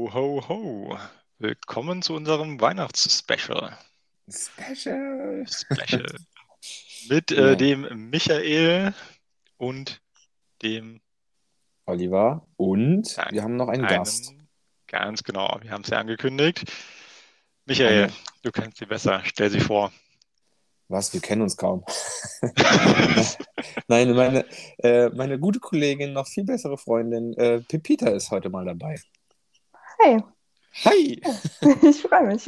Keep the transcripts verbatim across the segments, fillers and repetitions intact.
Ho, ho, ho. Willkommen zu unserem Weihnachtsspecial. Special. Special. Mit äh, Ja, dem Michael und dem Oliver. Und ja, wir haben noch einen Gast. einen, ganz genau, wir haben es ja angekündigt. Michael, Eine, du kennst sie besser, stell sie vor. was, wir kennen uns kaum. Ne- Nein, meine, äh, meine gute Kollegin, noch viel bessere Freundin, äh, Pepita ist heute mal dabei. Hey, Hi! ich freue mich.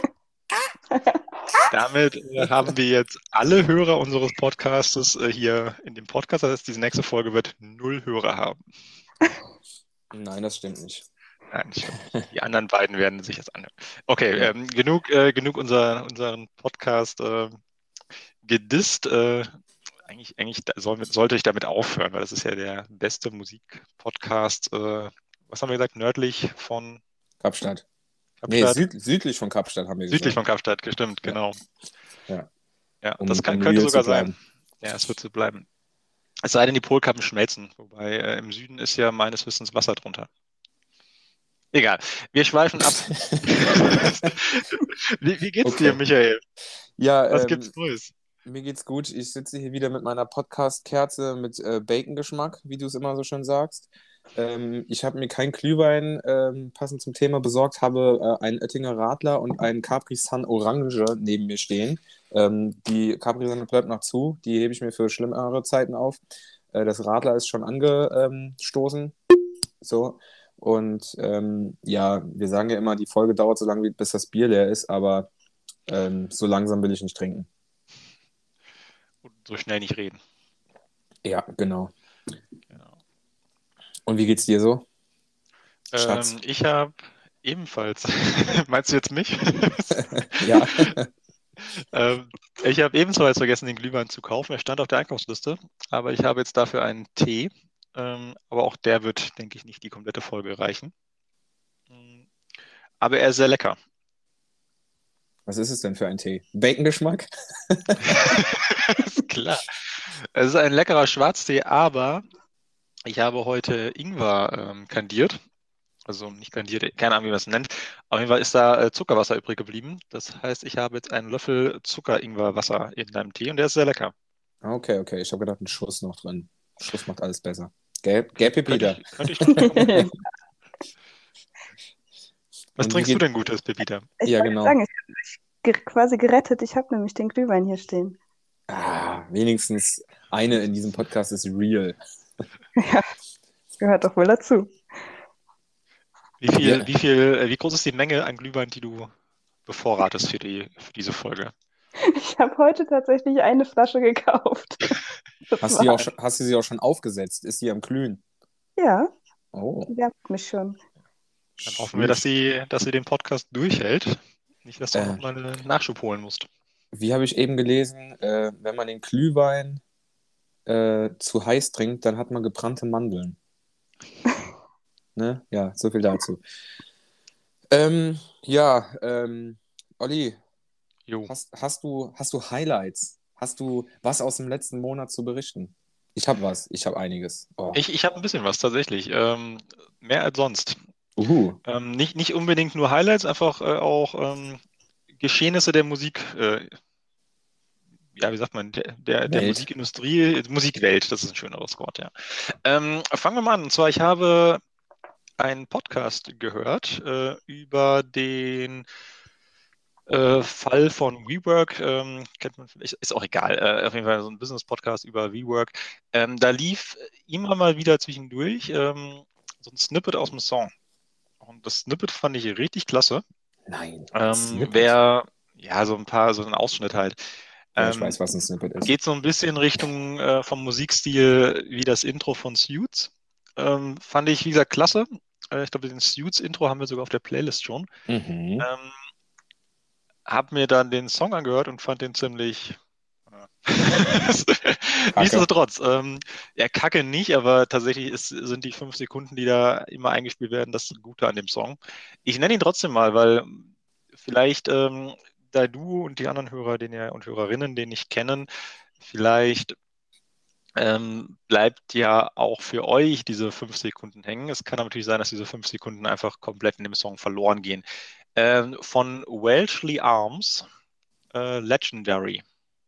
Damit äh, haben wir jetzt alle Hörer unseres Podcastes äh, hier in dem Podcast. Das heißt, diese nächste Folge wird null Hörer haben. Nein, das stimmt nicht. Nein, das stimmt nicht. Die anderen beiden werden sich jetzt anhören. Okay, Ja. ähm, genug, äh, genug unser, unseren Podcast äh, gedisst. Äh, eigentlich eigentlich da soll, sollte ich damit aufhören, weil das ist ja der beste Musikpodcast, äh, was haben wir gesagt, nördlich von Kapstadt. Nee, Kapstadt, süd, südlich von Kapstadt haben wir südlich von gesagt. Kapstadt, gestimmt, Ja, genau. ja. Ja, das Um, kann, um könnte real zu sogar sein. bleiben. Ja, es wird so bleiben. Es sei denn, die Polkappen schmelzen, wobei äh, im Süden ist ja meines Wissens Wasser drunter. Egal, wir schweifen ab. Wie, wie geht's dir, Okay. Michael? Ja, Was ähm, gibt's Neues? mir geht's gut. Ich sitze hier wieder mit meiner Podcast-Kerze mit äh, Bacon-Geschmack, wie du es immer so schön sagst. Ähm, ich habe mir keinen Glühwein ähm, passend zum Thema besorgt, habe äh, einen Oettinger Radler und einen Capri Sun Orange neben mir stehen. Ähm, die Capri Sun bleibt noch zu, die hebe ich mir für schlimmere Zeiten auf. Äh, das Radler ist schon angestoßen. So. Und ähm, ja, wir sagen ja immer, die Folge dauert so lange, wie- bis das Bier leer ist, aber ähm, so langsam will ich nicht trinken. Und so schnell nicht reden. Ja, genau. Genau. Und wie geht's dir so, Ähm, Schatz? ich habe ebenfalls, meinst du jetzt mich? Ja. ähm, ich habe ebenfalls vergessen, den Glühwein zu kaufen. Er stand auf der Einkaufsliste, aber ich habe jetzt dafür einen Tee. Ähm, aber auch der wird, denke ich, nicht die komplette Folge reichen. Mm, Aber er ist sehr lecker. Was ist es denn für ein Tee? Bacon-Geschmack? Ist klar. Es ist ein leckerer Schwarztee, aber ich habe heute Ingwer ähm, kandiert. Also nicht kandiert, keine Ahnung, wie man es nennt. Auf jeden Fall ist da äh, Zuckerwasser übrig geblieben. Das heißt, ich habe jetzt einen Löffel Zucker-Ingwer-Wasser in meinem Tee und der ist sehr lecker. Ah, okay, okay. Ich habe gedacht, ein Schuss noch drin. Schuss macht alles besser. Gell, gell, Könnt, könnte Pepita? ich, könnte ich drunter machen. Was Und wie trinkst du geht... denn Gutes, Pepita? Ich Ja, wollte genau. sagen, ich habe mich ge- quasi gerettet. Ich habe nämlich den Glühwein hier stehen. Ah, wenigstens eine in diesem Podcast ist real. Ja, gehört doch wohl dazu. Wie viel, Ja, wie viel, äh, wie groß ist die Menge an Glühwein, die du bevorratest für die, für diese Folge? Ich habe heute tatsächlich eine Flasche gekauft. Das hast du, die auch war, schon, hast du sie auch schon aufgesetzt? Ist die am Glühen? ja, Oh, die wärmt mich schon. Dann hoffen wir, dass sheesh. sie, dass sie den Podcast durchhält. Nicht, dass du auch Äh, nochmal einen Nachschub holen musst. wie habe ich eben gelesen, äh, wenn man den Glühwein äh, zu heiß trinkt, dann hat man gebrannte Mandeln. Ne? Ja, so viel dazu. Ähm, ja, ähm, Olli, Jo. hast, hast du, hast du Highlights? Hast du was aus dem letzten Monat zu berichten? Ich habe was, ich habe einiges. Oh. Ich, ich habe ein bisschen was tatsächlich. Ähm, mehr als sonst. Uhu. Ähm, nicht, nicht unbedingt nur Highlights, einfach äh, auch ähm, Geschehnisse der Musik, äh, ja, wie sagt man, der, der, der Welt. Musikindustrie, Musikwelt, das ist ein schöneres Wort, ja. Ähm, fangen wir mal an. Und zwar, ich habe einen Podcast gehört äh, über den äh, Fall von WeWork. Ähm, kennt man vielleicht, ist auch egal. Äh, auf jeden Fall so ein Business-Podcast über WeWork. Ähm, da lief immer mal wieder zwischendurch ähm, so ein Snippet aus dem Song. Und das Snippet fand ich richtig klasse. Nein, ein Ähm, Snippet. wer, ja, so ein paar, so ein Ausschnitt halt. Ja, ich Ähm, weiß, was ein Snippet ist. geht so ein bisschen Richtung äh, vom Musikstil wie das Intro von Suits. Ähm, fand ich, wie gesagt, klasse. Äh, ich glaube, den Suits-Intro haben wir sogar auf der Playlist schon. Mhm. Ähm, hab mir dann den Song angehört und fand den ziemlich. äh, Kacke. Nichtsdestotrotz, ähm, ja, Kacke nicht, aber tatsächlich ist, sind die fünf Sekunden, die da immer eingespielt werden, das Gute an dem Song. Ich nenne ihn trotzdem mal, weil vielleicht, ähm, da du und die anderen Hörer den ja, und Hörerinnen den nicht kennen, vielleicht ähm, bleibt ja auch für euch diese fünf Sekunden hängen. Es kann aber natürlich sein, dass diese fünf Sekunden einfach komplett in dem Song verloren gehen. Ähm, von Welshly Arms, äh, Legendary.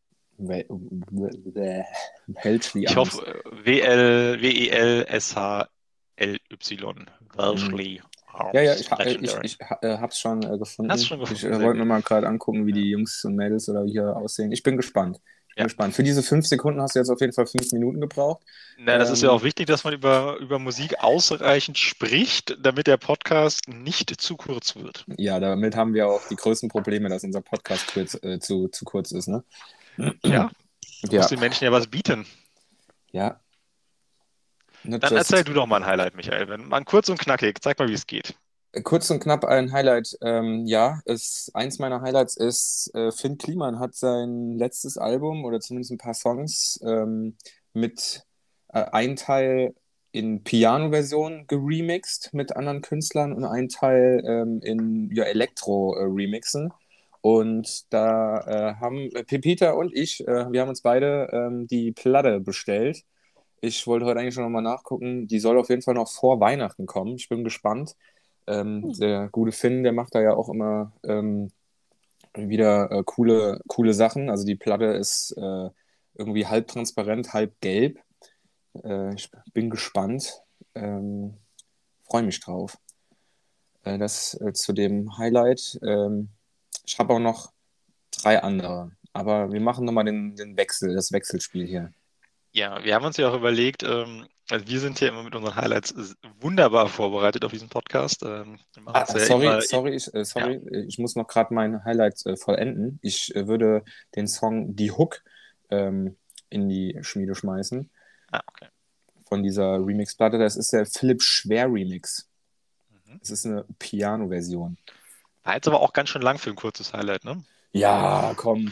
Welshly Ich Arms. hoffe, W L, W E L S H L Y. Mhm. Welshly Ja, ja, Arms, ich, ha- äh, ich, Legendary. ich ha- äh, hab's schon äh, Hast du gefunden. schon Ich gefunden? äh, Sehr wollte mir gut. mal gerade angucken, wie Ja. die Jungs und Mädels oder hier aussehen. Ich bin gespannt. Ich bin Ja. gespannt. Für diese fünf Sekunden hast du jetzt auf jeden Fall fünf Minuten gebraucht. Na, das ist ja auch Ähm, wichtig, dass man über, über Musik ausreichend spricht, damit der Podcast nicht zu kurz wird. ja, damit haben wir auch die größten Probleme, dass unser Podcast kurz, äh, zu, zu kurz ist, ne? Ja, du musst Ja, den Menschen ja was bieten. ja. Not Dann erzähl just. du doch mal ein Highlight, Michael. Wenn, mal kurz und knackig. Zeig mal, wie es geht. Kurz und knapp ein Highlight. Ähm, ja, ist, eins meiner Highlights ist, äh, Finn Kliman hat sein letztes Album oder zumindest ein paar Songs ähm, mit äh, ein Teil in Piano-Version geremixed mit anderen Künstlern und ein Teil ähm, in ja, Elektro-Remixen. Und da äh, haben Pepita und ich, äh, wir haben uns beide ähm, die Platte bestellt. Ich wollte heute eigentlich schon nochmal nachgucken. Die soll auf jeden Fall noch vor Weihnachten kommen. Ich bin gespannt. Ähm, der gute Finn, der macht da ja auch immer ähm, wieder äh, coole, coole Sachen. Also die Platte ist äh, irgendwie halb transparent, halb gelb. Äh, ich bin gespannt. Ähm, Freue mich drauf. Äh, das äh, zu dem Highlight. Ähm, ich habe auch noch drei andere. Aber wir machen nochmal den, den Wechsel, das Wechselspiel hier. Ja, wir haben uns ja auch überlegt, ähm, also wir sind hier immer mit unseren Highlights s- wunderbar vorbereitet auf diesen Podcast. Ähm, wir machen es Ah, ja sorry, immer, sorry, ich, äh, ja, sorry, ich muss noch gerade mein Highlight äh, vollenden. Ich äh, würde den Song Die Hook ähm, in die Schmiede schmeißen ah, okay. von dieser Remix-Platte. Das ist der Philipp Schwer Remix. Mhm. Es ist eine Piano-Version. War jetzt aber auch ganz schön lang für ein kurzes Highlight, ne? Ja, komm.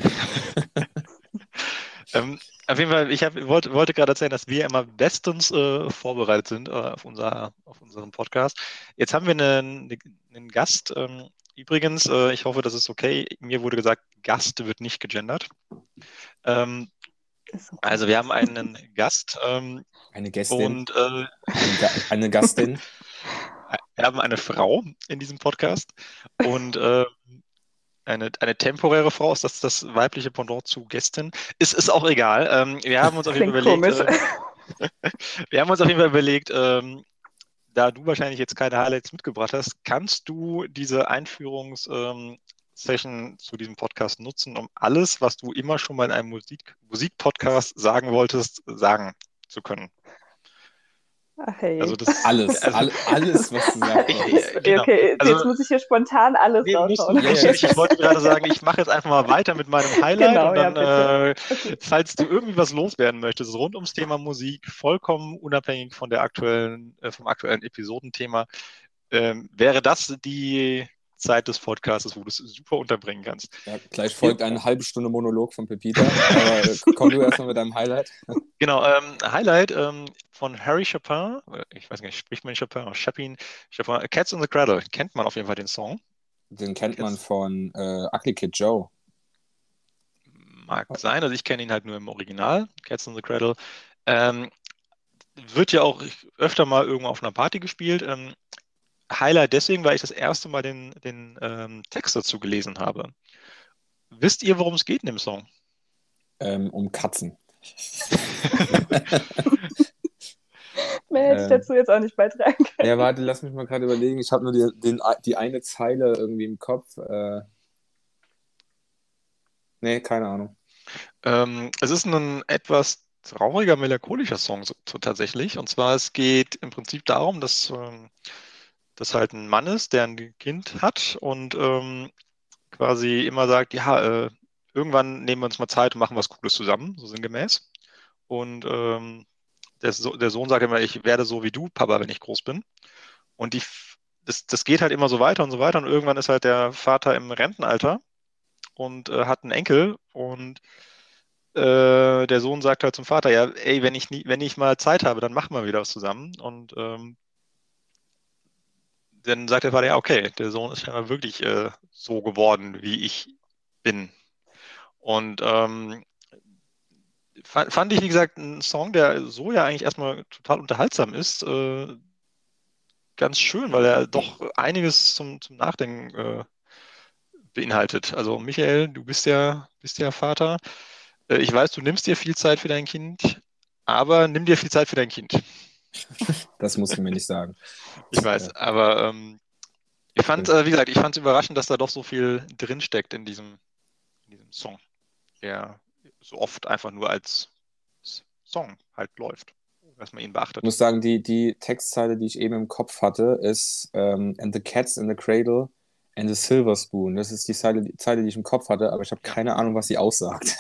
Ähm, auf jeden Fall, ich hab, wollte, wollte gerade erzählen, dass wir immer bestens äh, vorbereitet sind äh, auf, unser, auf unseren Podcast. Jetzt haben wir einen, einen Gast. Ähm, übrigens, äh, ich hoffe, das ist okay. Mir wurde gesagt, Gast wird nicht gegendert. Ähm, Ist okay. also wir haben einen Gast ähm, Eine Gästin, und äh, eine, Ga eine Gastin. wir haben eine Frau in diesem Podcast und äh, eine, eine temporäre Frau, ist das das weibliche Pendant zu Gästin? Ist, ist auch egal. Ähm, wir haben uns auf jeden Fall Klingt überlegt, komisch. äh, wir haben uns auf jeden Fall überlegt, ähm, da du wahrscheinlich jetzt keine Highlights mitgebracht hast, kannst du diese Einführungs-Session ähm, zu diesem Podcast nutzen, um alles, was du immer schon mal in einem Musik Musikpodcast sagen wolltest, sagen zu können. Ach hey. Also das, Alles, also all, alles, was du sagen ich, wolltest. äh, genau. Okay, Also jetzt muss ich hier spontan alles nee, musst du, raushauen. Ja, musst ja, du ich, nicht. Ich wollte gerade sagen, ich mache jetzt einfach mal weiter mit meinem Highlight Genau, und ja, dann, bitte. äh, Okay. falls du irgendwie was loswerden möchtest, rund ums Thema Musik, vollkommen unabhängig von der aktuellen, äh, vom aktuellen Episodenthema, ähm, wäre das die Zeit des Podcasts, wo du es super unterbringen kannst. ja, gleich Wir, folgt eine halbe Stunde Monolog von Pepita. Aber äh, komm du erstmal mit deinem Highlight. genau, ähm, Highlight ähm, von Harry Chapin, äh, ich weiß nicht, spricht man Chapin oder Chapin, Chapin, Cats in the Cradle, kennt man auf jeden Fall den Song. Den kennt man Cats von äh, Ugly Kid Joe. mag sein, also ich kenne ihn halt nur im Original, Cats in the Cradle. Ähm, wird ja auch öfter mal irgendwo auf einer Party gespielt. Ähm, Highlight deswegen, weil ich das erste Mal den, den ähm, Text dazu gelesen habe. Wisst ihr, worum es geht in dem Song? Ähm, um Katzen. Mehr hätte ich Ähm, dazu jetzt auch nicht beitragen können. ja, warte, lass mich mal gerade überlegen. Ich habe nur die, den, die eine Zeile irgendwie im Kopf. Äh, nee, keine Ahnung. Ähm, es ist ein etwas trauriger, melancholischer Song so, so tatsächlich. Und zwar, es geht im Prinzip darum, dass ähm, das halt ein Mann ist, der ein Kind hat und ähm, quasi immer sagt, ja, äh, irgendwann nehmen wir uns mal Zeit und machen was Cooles zusammen, so sinngemäß. Und ähm, der, so der Sohn sagt immer, ich werde so wie du, Papa, wenn ich groß bin. Und die, das, das geht halt immer so weiter und so weiter. Und irgendwann ist halt der Vater im Rentenalter und äh, hat einen Enkel. Und äh, der Sohn sagt halt zum Vater, ja, ey, wenn ich nie, wenn ich mal Zeit habe, dann machen wir wieder was zusammen. Und ähm, dann sagt der Vater, ja, okay, der Sohn ist scheinbar wirklich äh, so geworden, wie ich bin. Und ähm, fand, fand ich, wie gesagt, ein Song, der so ja eigentlich erstmal total unterhaltsam ist, äh, ganz schön, weil er doch einiges zum, zum Nachdenken äh, beinhaltet. Also Michael, du bist ja, bist ja Vater. Äh, ich weiß, du nimmst dir viel Zeit für dein Kind, aber nimm dir viel Zeit für dein Kind. Das musst du mir nicht sagen. Ich weiß, aber ähm, ich fand, äh, wie gesagt, ich fand es überraschend, dass da doch so viel drinsteckt in diesem, in diesem Song, der so oft einfach nur als Song halt läuft, dass man ihn Ich beachtet. muss sagen, die, die Textzeile, die ich eben im Kopf hatte, ist ähm, And the cat's in the cradle and the silver spoon. Das ist die Zeile, die Zeile, die ich im Kopf hatte, aber ich habe Ja. keine Ahnung, was sie aussagt.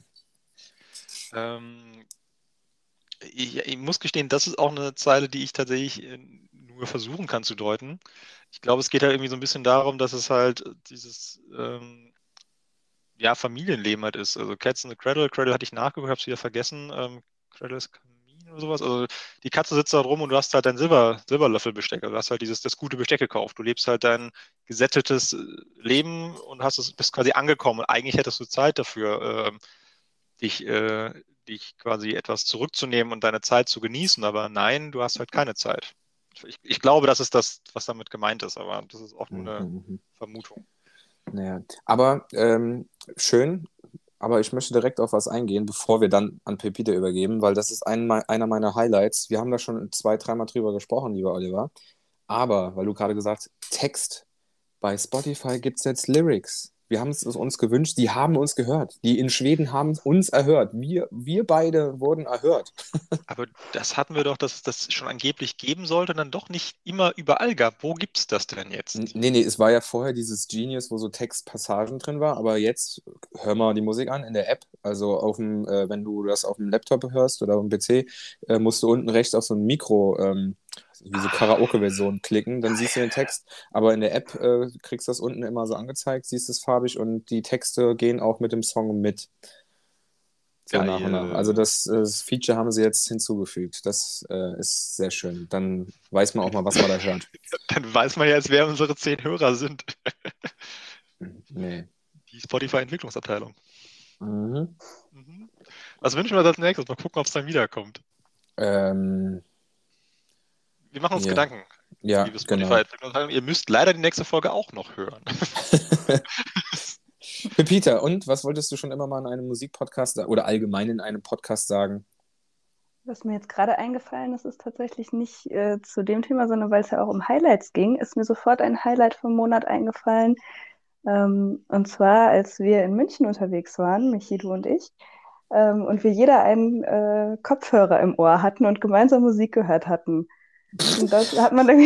Ähm, ich, ich muss gestehen, das ist auch eine Zeile, die ich tatsächlich äh, nur versuchen kann zu deuten. Ich glaube, es geht halt irgendwie so ein bisschen darum, dass es halt dieses ähm, ja, Familienleben halt ist. Also Cats in the Cradle, Cradle hatte ich nachgeguckt, habe es wieder vergessen. Ähm, Cradle ist Kamin oder sowas. Also die Katze sitzt da drum und du hast halt dein Silber, Silberlöffelbesteck. Also du hast halt dieses, das gute Besteck gekauft. Du lebst halt dein gesätteltes äh, Leben und hast es, bist quasi angekommen. Und eigentlich hättest du Zeit dafür, ähm, dich, äh, dich quasi etwas zurückzunehmen und deine Zeit zu genießen. Aber nein, du hast halt keine Zeit. Ich, ich glaube, das ist das, was damit gemeint ist, aber das ist auch nur eine Mhm. Vermutung. Naja, aber ähm, schön, aber ich möchte direkt auf was eingehen, bevor wir dann an Pepita übergeben, weil das ist ein, mei- einer meiner Highlights. Wir haben da schon zwei, dreimal drüber gesprochen, lieber Oliver. Aber, weil du gerade gesagt hast, Text, bei Spotify gibt es jetzt Lyrics. Wir haben es uns gewünscht, die haben uns gehört. Die in Schweden haben uns erhört. Wir, wir beide wurden erhört. Aber das hatten wir doch, dass es das schon angeblich geben sollte und dann doch nicht immer überall gab. Wo gibt es das denn N- jetzt? Nee, nee, es war ja vorher dieses Genius, wo so Textpassagen drin war, aber jetzt hör mal die Musik an in der App. Also auf dem, äh, wenn du das auf dem Laptop hörst oder auf dem P C, äh, musst du unten rechts auf so ein Mikro, ähm, wie so Ah, Karaoke-Version klicken, dann siehst du den Text. Aber in der App äh, kriegst du das unten immer so angezeigt, siehst es farbig und die Texte gehen auch mit dem Song mit. So nach und nach. Also geil. das, äh, das Feature haben sie jetzt hinzugefügt. Das äh, ist sehr schön. Dann weiß man auch mal, was man da hört. Dann weiß man ja jetzt, wer unsere zehn Hörer sind. Nee. Die Spotify-Entwicklungsabteilung. Mhm. Mhm. Was wünschen wir uns als nächstes? Mal gucken, ob es dann wiederkommt. Ähm, Wir machen uns ja, Gedanken, ja, liebe genau. Spotify-Entwicklungsabteilung. Ihr müsst leider die nächste Folge auch noch hören. Pepita, und was wolltest du schon immer mal in einem Musikpodcast sa- oder allgemein in einem Podcast sagen? Was mir jetzt gerade eingefallen ist, ist tatsächlich nicht äh, zu dem Thema, sondern weil es ja auch um Highlights ging, ist mir sofort ein Highlight vom Monat eingefallen. Ähm, und zwar, als wir in München unterwegs waren, Michi, du und ich, ähm, und wir jeder einen äh, Kopfhörer im Ohr hatten und gemeinsam Musik gehört hatten. Und das hat man irgendwie,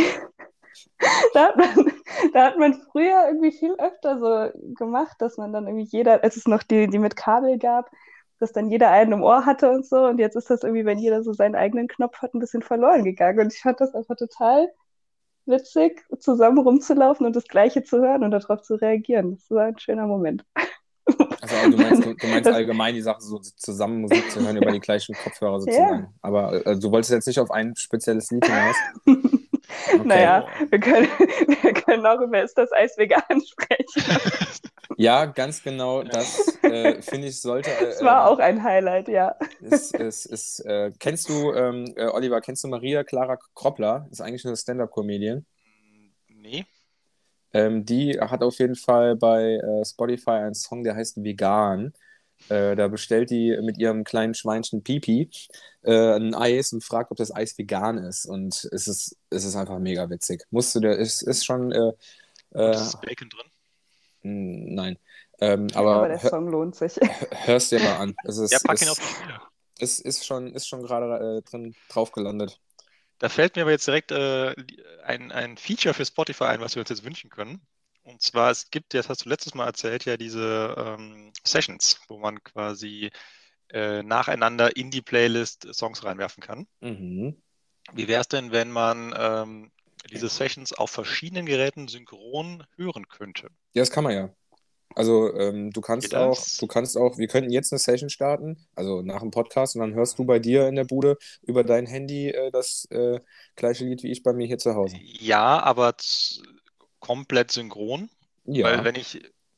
da hat man, da hat man früher irgendwie viel öfter so gemacht, dass man dann irgendwie jeder, als es noch die, die mit Kabel gab, dass dann jeder einen im Ohr hatte und so. Und jetzt ist das irgendwie, wenn jeder so seinen eigenen Knopf hat, ein bisschen verloren gegangen. Und ich fand das einfach total witzig, zusammen rumzulaufen und das Gleiche zu hören und darauf zu reagieren. Das war ein schöner Moment. Also aber du meinst, du, du meinst Das, allgemein die Sache, so zusammen Musik zu hören über die gleichen Kopfhörer ja. sozusagen. Aber äh, du wolltest jetzt nicht auf ein spezielles Lied hinaus? Okay. Naja, Oh. wir können, wir können auch über Ist das Eis vegan sprechen. Ja, ganz genau. Das äh, finde ich sollte. Es Äh, war ähm, auch ein Highlight, ja. ist, ist, ist, äh, kennst du, ähm, äh, Oliver, kennst du Maria Clara Kroppler? Ist eigentlich eine Stand-up-Comedian. Nee. Ähm, die hat auf jeden Fall bei äh, Spotify einen Song, der heißt Vegan. Äh, da bestellt die mit ihrem kleinen Schweinchen Pipi äh, ein Eis und fragt, ob das Eis vegan ist. Und es ist, es ist einfach mega witzig. Musst du dir, es ist schon, äh, Und äh, es ist Bacon drin. mh, nein. Ähm, Aber aber der hör, Song lohnt sich. hörst dir mal an. Es Ja, ist, pack ihn auf ist, die Spiele. ist, ist schon, ist schon gerade äh, drin drauf gelandet. Da fällt mir aber jetzt direkt äh, ein, ein Feature für Spotify ein, was wir uns jetzt wünschen können. Und zwar, es gibt, das hast du letztes Mal erzählt, ja diese ähm, Sessions, wo man quasi äh, nacheinander in die Playlist Songs reinwerfen kann. Mhm. Wie wäre es denn, wenn man ähm, diese Sessions auf verschiedenen Geräten synchron hören könnte? Ja, das kann man ja. Also ähm, du Geht kannst auch, du das? kannst auch, wir könnten jetzt eine Session starten, also nach dem Podcast, und dann hörst du bei dir in der Bude über dein Handy äh, das äh, gleiche Lied wie ich bei mir hier zu Hause. Ja, aber z- komplett synchron. Weil Ja. wenn ich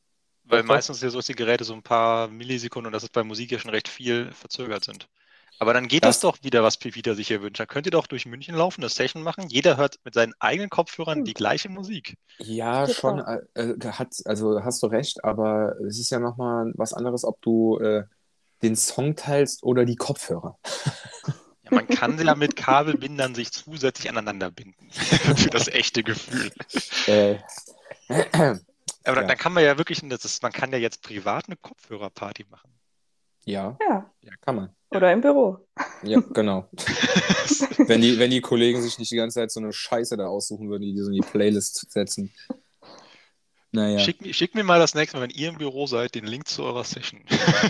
Weil Doch, doch. meistens ja so, dass die Geräte so ein paar Millisekunden und das ist bei Musik ja schon recht viel verzögert sind. Aber dann geht das Das, doch wieder, was Pevita sich hier wünscht. Dann könnt ihr doch durch München laufen, eine Session machen. Jeder hört mit seinen eigenen Kopfhörern die Stimmt. gleiche Musik. ja, Geht schon, auch. äh, äh, hat, also hast du recht, aber es ist ja nochmal was anderes, ob du äh, den Song teilst oder die Kopfhörer. Ja, man kann sie ja mit Kabelbindern sich zusätzlich aneinander binden. Für das echte Gefühl. Äh, Aber dann, ja, dann kann man ja wirklich, das ist, man kann ja jetzt privat eine Kopfhörerparty machen. ja, Ja, ja, kann man. oder im Büro. Ja, genau. Wenn die, wenn die Kollegen sich nicht die ganze Zeit so eine Scheiße da aussuchen würden, die die so in die Playlist setzen. Naja, Schick, mir- schick mir mal das nächste Mal, wenn ihr im Büro seid, den Link zu eurer Session.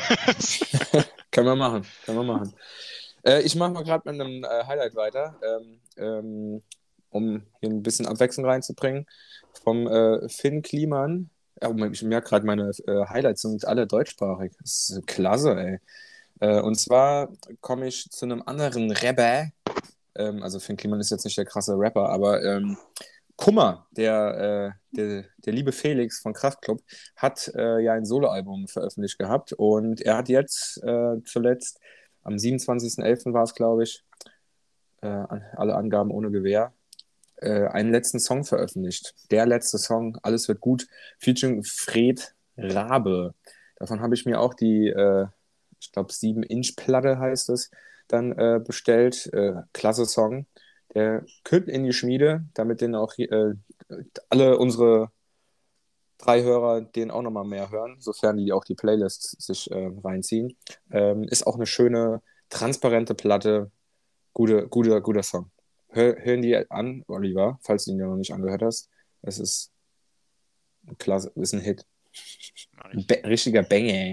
können wir machen, können wir machen. Äh, ich mache mal gerade mit einem äh, Highlight weiter, ähm, ähm, um hier ein bisschen Abwechslung reinzubringen. Vom äh, Finn Kliman. Ja, ich merke gerade, meine äh, Highlights sind alle deutschsprachig. Das ist klasse, ey. Äh, und zwar komme ich zu einem anderen Rapper. Ähm, also Finn Kliman ist jetzt nicht der krasse Rapper, aber ähm, Kummer, der, äh, der, der liebe Felix von Kraftklub, hat äh, ja ein Soloalbum veröffentlicht gehabt und er hat jetzt äh, zuletzt am siebenundzwanzigsten elften war es, glaube ich, äh, alle Angaben ohne Gewähr, äh, einen letzten Song veröffentlicht. Der letzte Song, Alles wird gut, featuring Fred Rabe. Davon habe ich mir auch die, äh, ich glaube, sieben Inch Platte heißt es, dann äh, bestellt. Äh, klasse Song. Der könnte in die Schmiede, damit den auch äh, alle unsere drei Hörer den auch nochmal mehr hören, sofern die auch die Playlists sich äh, reinziehen. Ähm, ist auch eine schöne, transparente Platte. Gute, guter, guter Song. Hör, hören die an, Oliver, falls du ihn ja noch nicht angehört hast. Es ist ein klasse, ist ein Hit. Ein ba- richtiger Banger, ey.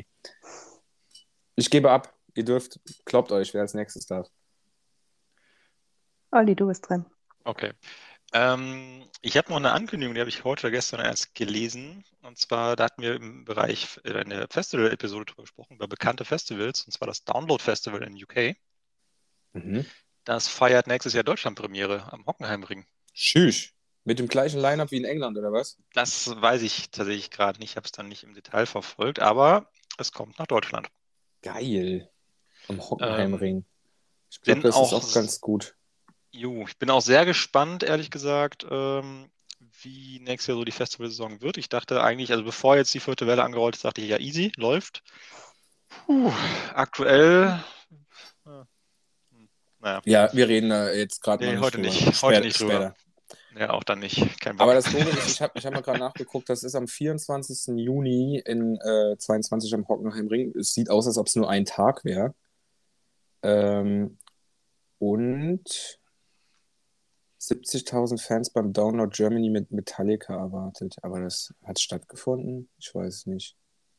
Ich gebe ab. Ihr dürft, glaubt euch, wer als nächstes darf. Olli, du bist dran. Okay. Ähm, ich habe noch eine Ankündigung, die habe ich heute oder gestern erst gelesen. Und zwar, da hatten wir im Bereich äh, eine Festival-Episode drüber gesprochen, über bekannte Festivals, und zwar das Download Festival in U K. Mhm. Das feiert nächstes Jahr Deutschlandpremiere am Hockenheimring. Tschüss. Mit dem gleichen Line-Up wie in England, oder was? Das weiß ich tatsächlich gerade nicht, ich habe es dann nicht im Detail verfolgt, aber es kommt nach Deutschland. Geil. Am Ähm, Hockenheimring. Ich glaube, bin das ist auch, auch ganz gut. jo, ich bin auch sehr gespannt, ehrlich gesagt, ähm, wie nächstes Jahr so die Festivalsaison wird. Ich dachte eigentlich, also bevor jetzt die vierte Welle angerollt ist, dachte ich, ja, easy, läuft. Puh, aktuell, äh, hm, naja, Ja, wir reden da jetzt gerade mal nee, nicht heute drüber. nicht, heute Später. nicht drüber. später. Ja, auch dann nicht, kein Aber Bock. das Doofe ist, ich habe ich hab mal gerade nachgeguckt, das ist am vierundzwanzigsten Juni in äh, zweiundzwanzig am Hockenheimring. Es sieht aus, als ob es nur ein Tag wäre. Ähm, und siebzigtausend Fans beim Download Germany mit Metallica erwartet. Aber das hat stattgefunden? Ich weiß es nicht.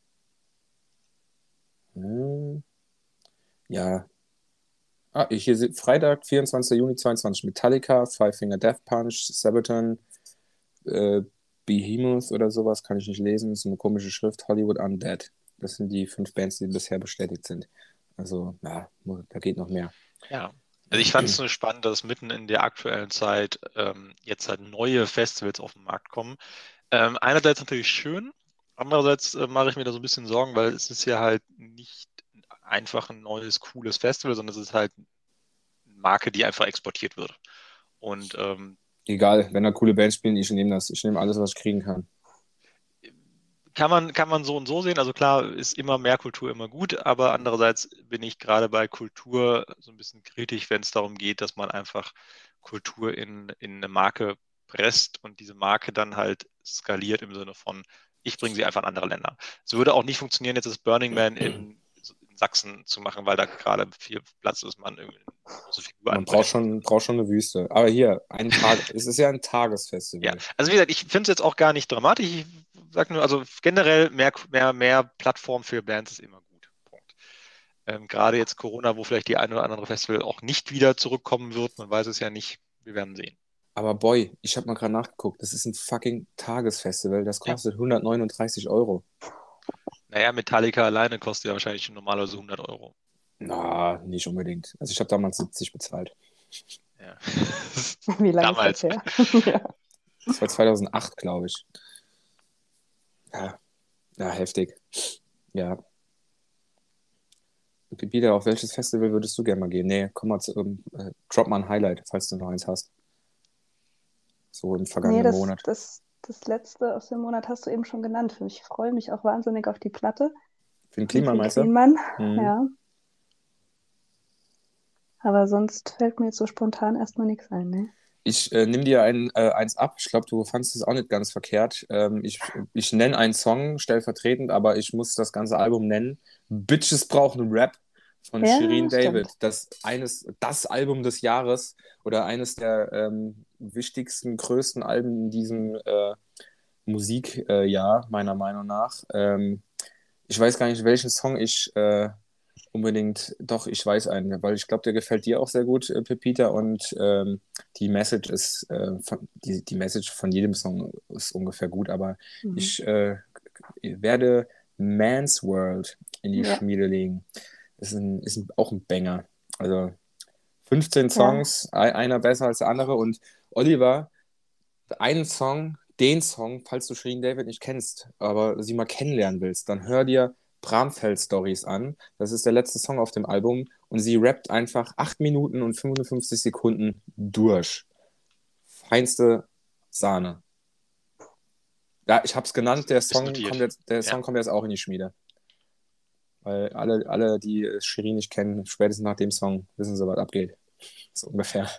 Hm. Ja. Ah, hier sieht Freitag, vierundzwanzigsten Juni zweiundzwanzig Metallica, Five Finger Death Punch, Sabaton, äh, Behemoth oder sowas, kann ich nicht lesen. Das ist eine komische Schrift. Hollywood Undead. Das sind die fünf Bands, die bisher bestätigt sind. Also, ja, da geht noch mehr. Ja, also ich fand es nur spannend, dass mitten in der aktuellen Zeit ähm, jetzt halt neue Festivals auf den Markt kommen. Ähm, einerseits natürlich schön, andererseits äh, mache ich mir da so ein bisschen Sorgen, weil es ist ja halt nicht einfach ein neues, cooles Festival, sondern es ist halt eine Marke, die einfach exportiert wird. Und ähm, Egal, wenn da coole Bands spielen, ich nehme das. Ich nehme alles, was ich kriegen kann. kann man, kann man so und so sehen. Also klar, ist immer mehr Kultur immer gut, aber andererseits bin ich gerade bei Kultur so ein bisschen kritisch, wenn es darum geht, dass man einfach Kultur in, in eine Marke presst und diese Marke dann halt skaliert im Sinne von, ich bringe sie einfach in andere Länder. Es würde auch nicht funktionieren, jetzt das Burning Man in, in Sachsen zu machen, weil da gerade viel Platz ist, man irgendwie eine große Figur Man braucht anbringen. schon, braucht schon eine Wüste. Aber hier, ein Tag, es ist ja ein Tagesfestival. Ja, also wie gesagt, ich finde es jetzt auch gar nicht dramatisch. Ich sage nur, also generell mehr, mehr, mehr Plattform für Bands ist immer gut. Punkt. Ähm, gerade jetzt Corona, wo vielleicht die eine oder andere Festival auch nicht wieder zurückkommen wird, man weiß es ja nicht. Wir werden sehen. Aber boy, ich habe mal gerade nachgeguckt, das ist ein fucking Tagesfestival, das Ja. kostet hundertneununddreißig Euro. Naja, Metallica alleine kostet ja wahrscheinlich normalerweise hundert Euro. Na, nicht unbedingt. Also ich habe damals siebzig bezahlt. Ja. Wie lange Damals. ist das her? Ja. Das war zweitausendacht, glaube ich. Ja, Ja, heftig. Ja. Wieder, auf welches Festival würdest du gerne mal gehen? Nee, komm mal zu, ähm, äh, drop mal ein Highlight, falls du noch eins hast. So im Nee, vergangenen das, Monat. das, das letzte aus dem Monat hast du eben schon genannt. Ich freue mich auch wahnsinnig auf die Platte Für den von Finn Klimameister? Kliman. Mhm. Ja, aber sonst fällt mir jetzt so spontan erstmal nichts ein, ne? Ich äh, nehme dir ein, äh, eins ab. Ich glaube, du fandest es auch nicht ganz verkehrt. Ähm, ich ich nenne einen Song stellvertretend, aber ich muss das ganze Album nennen. Bitches brauchen Rap von Ja, Shirin stimmt. David. Das eines, das Album des Jahres oder eines der ähm, wichtigsten, größten Alben in diesem äh, Musikjahr, äh, Jahr, meiner Meinung nach. Ähm, ich weiß gar nicht, welchen Song ich äh, unbedingt, doch, ich weiß einen, weil ich glaube, der gefällt dir auch sehr gut, äh, Pepita, und ähm, die Message ist, äh, von, die, die Message von jedem Song ist ungefähr gut, aber Mhm. ich äh, werde Man's World in die Ja, Schmiede legen. Ist, ein, ist ein, auch ein Banger. Also fünfzehn ja. Songs, ein- einer besser als der andere, und Oliver, einen Song, den Song, falls du Shirin David nicht kennst, aber sie mal kennenlernen willst, dann hör dir Bramfeld Stories an. Das ist der letzte Song auf dem Album und sie rappt einfach acht Minuten und fünfundfünfzig Sekunden durch. Feinste Sahne. Ja, ich hab's genannt, der Ist Song kommt notiert. jetzt, der Ja. Song kommt jetzt auch in die Schmiede. Weil alle, alle, die Shirin nicht kennen, spätestens nach dem Song wissen sie, was abgeht. So ungefähr.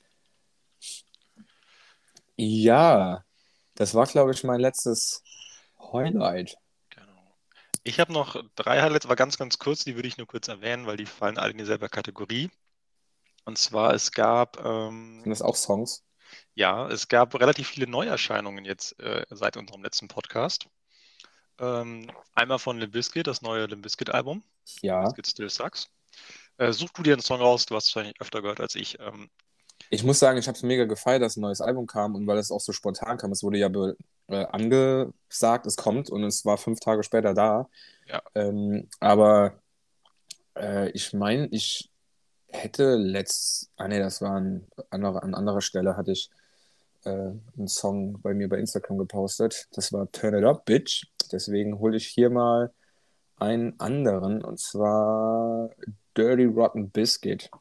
Ja, das war, glaube ich, mein letztes Highlight. Genau. Ich habe noch drei Highlights, aber ganz, ganz kurz, die würde ich nur kurz erwähnen, weil die fallen alle in dieselbe Kategorie. Und zwar, es gab, ähm, Sind das auch Songs? ja, es gab relativ viele Neuerscheinungen jetzt äh, seit unserem letzten Podcast. Ähm, einmal von Limp Bizkit, das neue Limp Bizkit-Album. Limp Ja. Bizkit Still Sucks. Äh, such du dir einen Song raus, du hast es wahrscheinlich öfter gehört als ich. Ähm, Ich muss sagen, ich habe es mega gefeiert, dass ein neues Album kam, und weil es auch so spontan kam. Es wurde ja be äh, angesagt, es kommt, und es war fünf Tage später da. ja, Ähm, aber äh, ich meine, ich hätte letzt, ah nee, das war ein anderer, an anderer Stelle, hatte ich äh, einen Song bei mir bei Instagram gepostet. Das war Turn It Up, Bitch. Deswegen hole ich hier mal einen anderen, und zwar Dirty Rotten Biscuit.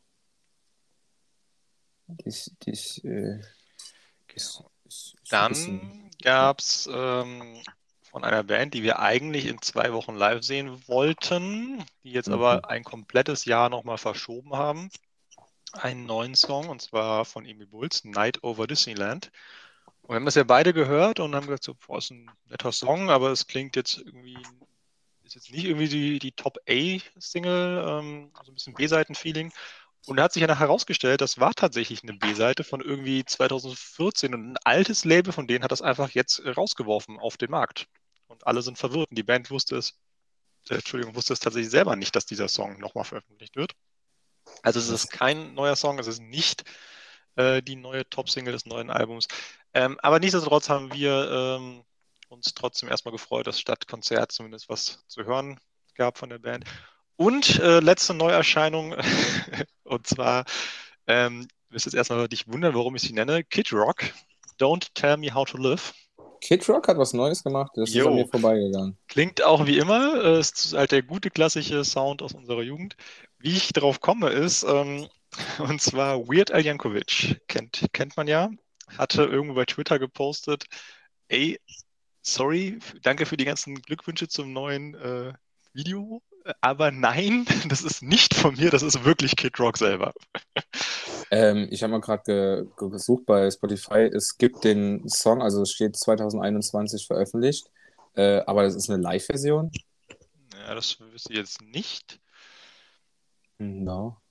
Die, ist- die ist, äh, ist, genau. ist, ist ein bisschen. Dann gab es ähm, von einer Band, die wir eigentlich in zwei Wochen live sehen wollten, die jetzt Mhm. aber ein komplettes Jahr nochmal verschoben haben, einen neuen Song, und zwar von Emil Bulls, Night Over Disneyland. Und wir haben das ja beide gehört und haben gesagt, so, boah, ist ein netter Song, aber es klingt jetzt irgendwie, ist jetzt nicht irgendwie die, die Top-A-Single, ähm, so ein bisschen B-Seiten-Feeling. Und da hat sich ja nachher herausgestellt, das war tatsächlich eine B-Seite von irgendwie zwanzig vierzehn, und ein altes Label von denen hat das einfach jetzt rausgeworfen auf den Markt. Und alle sind verwirrt. Und die Band wusste es, äh, Entschuldigung, wusste es tatsächlich selber nicht, dass dieser Song nochmal veröffentlicht wird. Also es ist Das, kein neuer Song, es ist nicht äh, die neue Top-Single des neuen Albums. Ähm, aber nichtsdestotrotz haben wir ähm, uns trotzdem erstmal gefreut, dass statt Konzert zumindest was zu hören gab von der Band. Und äh, letzte Neuerscheinung, und zwar, ähm, du wirst jetzt erstmal dich wundern, warum ich sie nenne, Kid Rock, Don't Tell Me How to Live. Kid Rock hat was Neues gemacht, das ist an mir Jo, vorbeigegangen. klingt auch wie immer, äh, ist halt der gute klassische Sound aus unserer Jugend. Wie ich drauf komme, ist, ähm, und zwar Weird Al Yankovic, kennt, kennt man ja, hatte irgendwo bei Twitter gepostet, ey, sorry, danke für die ganzen Glückwünsche zum neuen äh, Video, aber nein, das ist nicht von mir, das ist wirklich Kid Rock selber. Ähm, ich habe mal gerade ge ge- gesucht bei Spotify. Es gibt den Song, also es steht zwanzig einundzwanzig veröffentlicht, äh, aber das ist eine Live-Version. Ja, das wüsste ich jetzt nicht. No.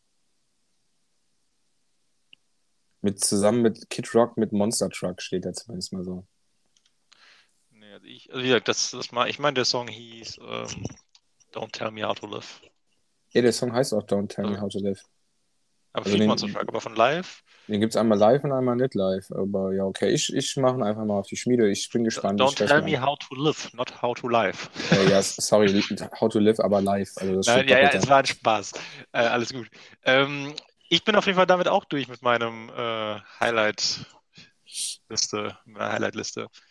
Mit, zusammen mit Kid Rock mit Monster Truck steht da zumindest mal so. Nee, also ich, also wie gesagt, das, das mal, ich meine, der Song hieß ähm, Don't Tell Me How to Live. Ja, der Song heißt auch Don't Tell Me Also, How to Live. aber Also viel den, Monster Truck, aber von live, den gibt es einmal live und einmal nicht live. Aber ja, okay, ich, ich mache ihn einfach mal auf die Schmiede. Ich bin gespannt, Don't ich höre es Tell mir Me an. How to Live, not How to Live. Äh, ja, s- sorry, How to Live, aber live. Also das Nein, steht ja, ja, doppelt es da. war ein Spaß. Äh, alles gut. Ähm, ich bin auf jeden Fall damit auch durch mit meinem äh, Highlight-Liste, meiner Highlight-Liste.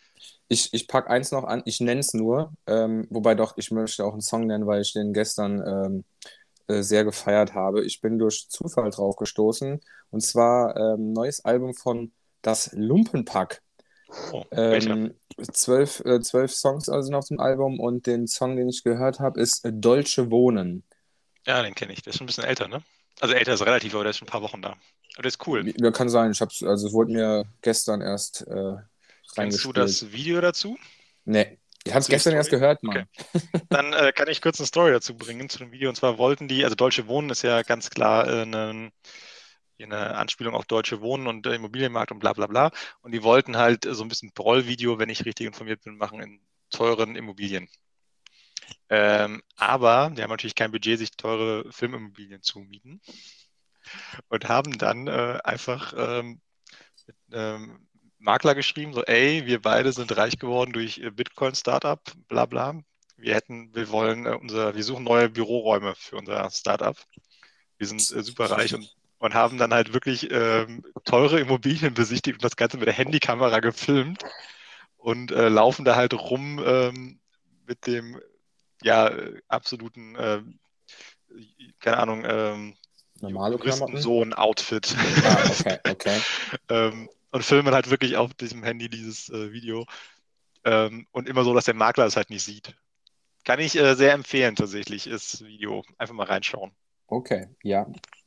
Ich, ich packe eins noch an, ich nenne es nur, ähm, wobei doch, ich möchte auch einen Song nennen, weil ich den gestern ähm, äh, sehr gefeiert habe. Ich bin durch Zufall drauf gestoßen und zwar ähm, neues Album von Das Lumpenpack. Oh, welcher? Ähm, zwölf, äh, zwölf Songs also sind auf dem Album und den Song, den ich gehört habe, ist äh, Dolce Wohnen. Ja, den kenne ich. Der ist schon ein bisschen älter, ne? Also älter ist relativ, aber der ist schon ein paar Wochen da. Aber der ist cool. Ja, kann sein, ich hab's, also es wurde mir gestern erst äh, Kennst du reingespielt. das Video dazu? Nee, ich hab's Kennst du die gestern erst Story? gehört, Okay. Mann. Dann äh, kann ich kurz eine Story dazu bringen zu dem Video. Und zwar wollten die, also Deutsche Wohnen ist ja ganz klar äh, eine, eine Anspielung auf Deutsche Wohnen und äh, Immobilienmarkt und bla bla bla. Und die wollten halt äh, so ein bisschen Trollvideo, wenn ich richtig informiert bin, machen in teuren Immobilien. Ähm, aber die haben natürlich kein Budget, sich teure Filmimmobilien zu mieten und haben dann äh, einfach ähm, mit einem Makler geschrieben, so, ey, wir beide sind reich geworden durch äh, Bitcoin-Startup, bla bla. Wir hätten, wir wollen äh, unser, wir suchen neue Büroräume für unser Startup. Wir sind äh, super reich und, und haben dann halt wirklich ähm, teure Immobilien besichtigt und das Ganze mit der Handykamera gefilmt und äh, laufen da halt rum ähm, mit dem ja, äh, absoluten, äh, keine Ahnung, ähm, Ju- Normale Klamotten? Juristensohn-Outfit. Ah, okay, okay. ähm, und filmen halt wirklich auf diesem Handy dieses äh, Video. Ähm, und immer so, dass der Makler es halt nicht sieht. Kann ich äh, sehr empfehlen, tatsächlich, ist Video. Einfach mal reinschauen. Okay, ja.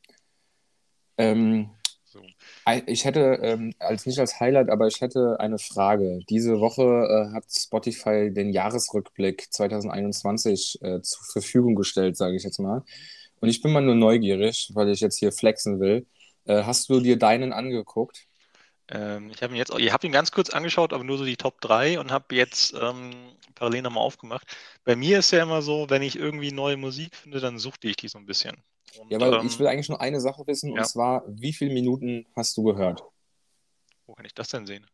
Ähm, So. ei- ich hätte, ähm, als nicht als Highlight, aber ich hätte eine Frage. Diese Woche äh, hat Spotify den Jahresrückblick zwanzig einundzwanzig äh, zur Verfügung gestellt, sage ich jetzt mal. Und ich bin mal nur neugierig, weil ich jetzt hier flexen will. Äh, hast du dir deinen angeguckt? Ähm, ich habe ihn jetzt, ich habe ihn ganz kurz angeschaut, aber nur so die Top drei und habe jetzt ähm, parallel nochmal aufgemacht. Bei mir ist ja immer so, wenn ich irgendwie neue Musik finde, dann suchte ich die so ein bisschen. Ja, Und weil ich ähm, will eigentlich nur eine Sache wissen, und ja, zwar, wie viele Minuten hast du gehört? wo kann ich das denn sehen?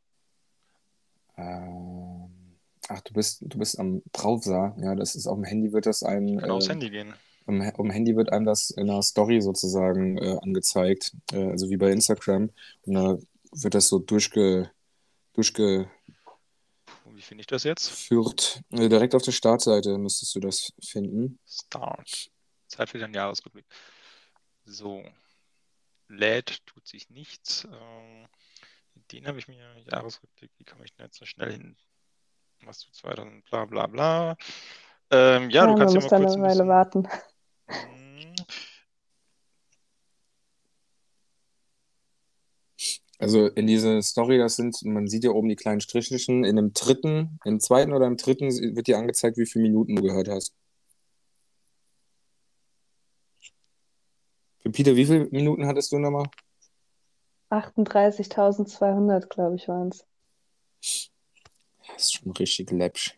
Ähm, ach, du bist, du bist am Browser. Ja, das ist auf dem Handy wird das Ich ein, kann aufs äh, Handy gehen. am, am Handy wird einem das in einer Story sozusagen äh, angezeigt, äh, also wie bei Instagram. Und da wird das so durchge, durchgeführt. Puh, wie finde ich das jetzt? Äh, direkt auf der Startseite müsstest du das finden. Start. Zeit für den Jahresrückblick. So, lädt, tut sich nichts. Ähm, den habe ich mir, Jahresrückblick, wie komme ich denn jetzt so schnell hin? Was du zweitausend, bla bla bla. Ähm, ja, du Ja, man kannst ja muss mal da kurz eine ein Weile bisschen. warten. Hm, Also in dieser Story, das sind, man sieht ja oben die kleinen Strichelchen. In dem dritten, im zweiten oder im dritten wird dir angezeigt, wie viele Minuten du gehört hast. Für Peter, wie viele Minuten hattest du nochmal? achtunddreißigtausendzweihundert, glaube ich, waren es. Das ist schon richtig läppsch.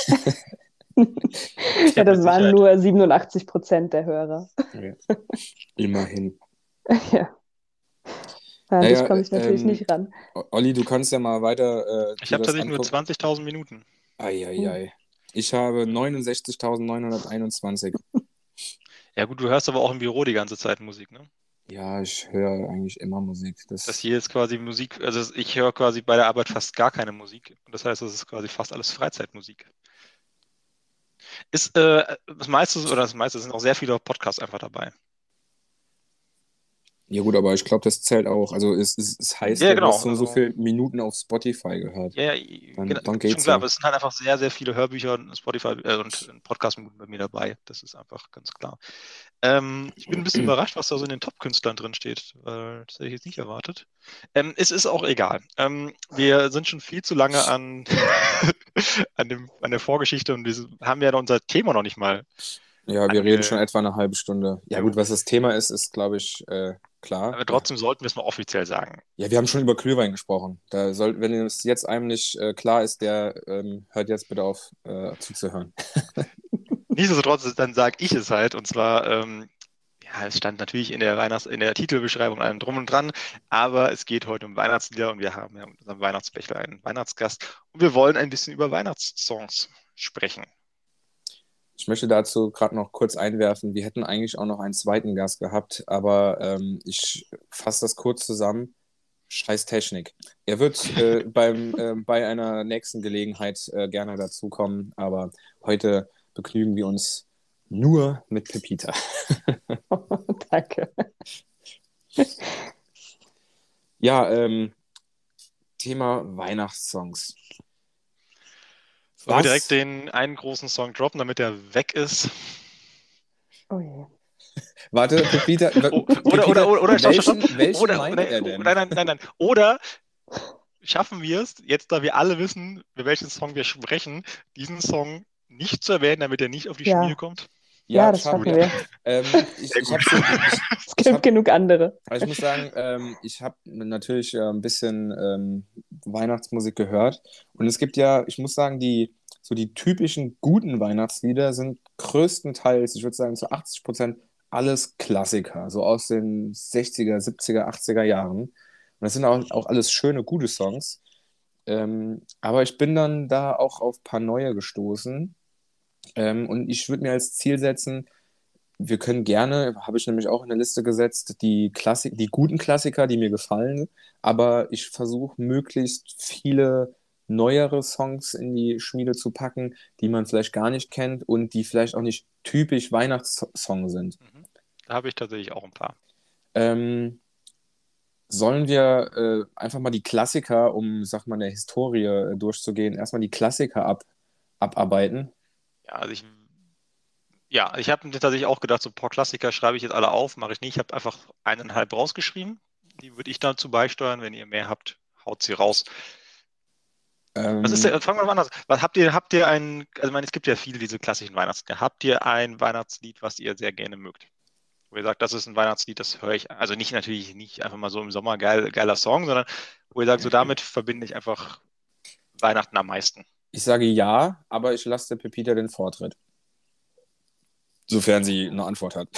Ich Ja, habe mit das waren Sicherheit. nur siebenundachtzig Prozent der Hörer. Ja, immerhin. Ja, an dich Naja, komme äh, ich natürlich ähm, nicht ran. O- Olli, du kannst ja mal weiter äh, Ich dir habe das tatsächlich nur angucken. zwanzigtausend Minuten. Eieiei. Hm. Ei. Ich habe neunundsechzigtausendneunhunderteinundzwanzig. Ja, gut, du hörst aber auch im Büro die ganze Zeit Musik, ne? Ja, ich höre eigentlich immer Musik. Das Das, hier ist quasi Musik, also ich höre quasi bei der Arbeit fast gar keine Musik. Und das heißt, das ist quasi fast alles Freizeitmusik. Ist äh, das meiste, oder das meiste sind auch sehr viele Podcasts einfach dabei. ja gut, aber ich glaube, das zählt auch. Also es, es, es heißt Ja, ja, du genau. hast so und so Also, viele Minuten auf Spotify gehört. ja, ja, Dann, genau, dann schon geht's klar, ja. aber es sind halt einfach sehr, sehr viele Hörbücher und Spotify äh, und Podcasts bei mir dabei. Das ist einfach ganz klar. Ähm, ich bin ein bisschen überrascht, was da so in den Top-Künstlern drin steht. Äh, das hätte ich jetzt nicht erwartet. Ähm, es ist auch egal. Ähm, wir sind schon viel zu lange an, an, dem, an der Vorgeschichte und wir haben ja unser Thema noch nicht mal Ja, wir reden schon ange... etwa eine halbe Stunde. Ja gut, Jo. was das Thema ist, ist, glaube ich, äh, klar. Aber Ja. trotzdem sollten wir es mal offiziell sagen. Ja, wir haben schon über Glühwein gesprochen. Da soll, wenn es jetzt einem nicht äh, klar ist, der ähm, hört jetzt bitte auf äh, zuzuhören. Nichtsdestotrotz, dann sage ich es halt. Und zwar, ähm, ja, es stand natürlich in der Weihnachts-, in der Titelbeschreibung allem drum und dran, aber es geht heute um Weihnachtslieder und wir haben ja mit unserem Weihnachtsbächler einen Weihnachtsgast und wir wollen ein bisschen über Weihnachtssongs sprechen. Ich möchte dazu gerade noch kurz einwerfen, wir hätten eigentlich auch noch einen zweiten Gast gehabt, aber ähm, ich fasse das kurz zusammen. Scheiß Technik. Er wird äh, beim, äh, bei einer nächsten Gelegenheit äh, gerne dazukommen, aber heute begnügen wir uns nur mit Pepita. Danke. Ja, ähm, Thema Weihnachtssongs. Wollen wir Was? direkt den einen großen Song droppen, damit er weg ist? Oh je. Warte, Pepita, Oh, Pepita, oder, oder, oder, oder, stopp, stopp, welchen, stopp. welchen Oder, meint oder, er oh, denn? nein, nein, nein, nein. Oder schaffen wir es, jetzt da wir alle wissen, über welchen Song wir sprechen, diesen Song nicht zu erwähnen, damit er nicht auf die Ja. Schmiede kommt? Ja, Ja, das schaffen schaffen wir. wir. Ähm, ich Sehr ich gut. habe so, ich, Es ich gibt hab, genug andere. also ich muss sagen, ähm, ich habe natürlich äh, ein bisschen ähm, Weihnachtsmusik gehört und es gibt ja, ich muss sagen, die so die typischen guten Weihnachtslieder sind größtenteils, ich würde sagen zu achtzig Prozent alles Klassiker, so aus den sechziger, siebziger, achtziger Jahren. Und das sind auch, auch alles schöne, gute Songs. Ähm, aber ich bin dann da auch auf ein paar neue gestoßen. Ähm, und ich würde mir als Ziel setzen, wir können gerne, habe ich nämlich auch in eine Liste gesetzt, die Klassik, die guten Klassiker, die mir gefallen, aber ich versuche möglichst viele neuere Songs in die Schmiede zu packen, die man vielleicht gar nicht kennt und die vielleicht auch nicht typisch Weihnachtssong sind. Mhm. Da habe ich tatsächlich auch ein paar. Ähm, Sollen wir äh, einfach mal die Klassiker, um, sag mal, der Historie äh, durchzugehen, erstmal die Klassiker ab, abarbeiten? Ja, also ich, ja, ich habe mir tatsächlich auch gedacht, so ein paar Klassiker schreibe ich jetzt alle auf, mache ich nicht. Ich habe einfach eineinhalb rausgeschrieben. Die würde ich dazu beisteuern. Wenn ihr mehr habt, haut sie raus. Was ist Ähm, der, fangen wir mal anders. Was habt ihr, habt ihr ein, also ich meine, es gibt ja viele diese klassischen Weihnachtslieder. Habt ihr ein Weihnachtslied, was ihr sehr gerne mögt? Wo ihr sagt, das ist ein Weihnachtslied, das höre ich, also nicht natürlich nicht einfach mal so im Sommer geil, geiler Song, sondern wo ihr sagt, so damit verbinde ich einfach Weihnachten am meisten. Ich sage ja, aber ich lasse der Pepita den Vortritt. Sofern sie eine Antwort hat.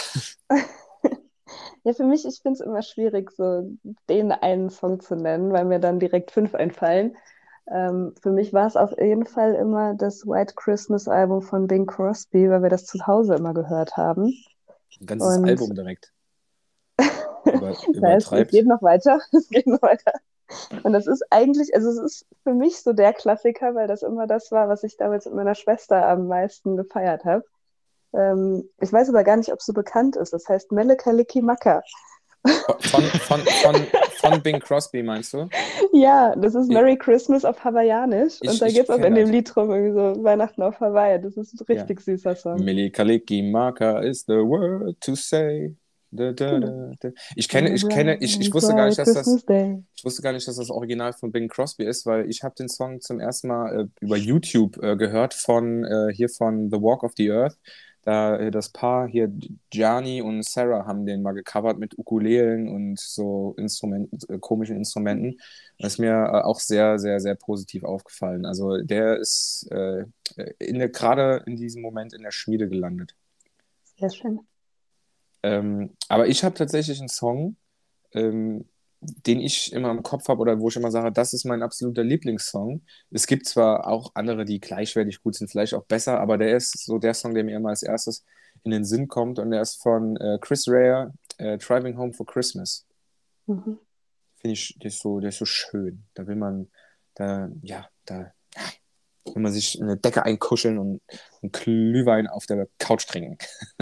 Ja, für mich, ich finde es immer schwierig, so den einen Song zu nennen, weil mir dann direkt fünf einfallen. Ähm, für mich war es auf jeden Fall immer das White Christmas Album von Bing Crosby, weil wir das zu Hause immer gehört haben. Ein ganzes Und Album direkt. Über, da ist, es übertreibt. geht noch weiter, es geht noch weiter. Und das ist eigentlich, also es ist für mich so der Klassiker, weil das immer das war, was ich damals mit meiner Schwester am meisten gefeiert habe. Ähm, ich weiß aber gar nicht, ob es so bekannt ist. Das heißt Mele Kalikimaka. Von, von, von, von Bing Crosby, meinst du? Ja, das ist Ich, Merry Christmas auf Hawaiianisch. Und ich, da geht ich es auch in kenne dem das. Lied drum, irgendwie so Weihnachten auf Hawaii. Das ist ein Ja. richtig süßer Song. Mele Kalikimaka is the word to say. Da, da, Genau. da, da. Ich kenne, ich kenne, ich, ich wusste gar nicht, dass das, ich wusste gar nicht, dass das Original von Bing Crosby ist, weil ich habe den Song zum ersten Mal äh, über YouTube äh, gehört von äh, hier von The Walk of the Earth. Da äh, das Paar hier, Gianni und Sarah, haben den mal gecovert mit Ukulelen und so Instrumenten, äh, komischen Instrumenten. Das ist mir äh, auch sehr, sehr, sehr positiv aufgefallen. Also der ist äh, in der, gerade in diesem Moment in der Schmiede gelandet. Sehr schön. Ähm, aber ich habe tatsächlich einen Song, ähm, den ich immer im Kopf habe oder wo ich immer sage, das ist mein absoluter Lieblingssong. Es gibt zwar auch andere, die gleichwertig gut sind, vielleicht auch besser, aber der ist so der Song, der mir immer als erstes in den Sinn kommt und der ist von äh, Chris Rea, äh, Driving Home for Christmas. Mhm. Finde ich, der ist so, der ist so schön. Da will man, da, ja, da will man sich in eine Decke einkuscheln und einen Glühwein auf der Couch trinken.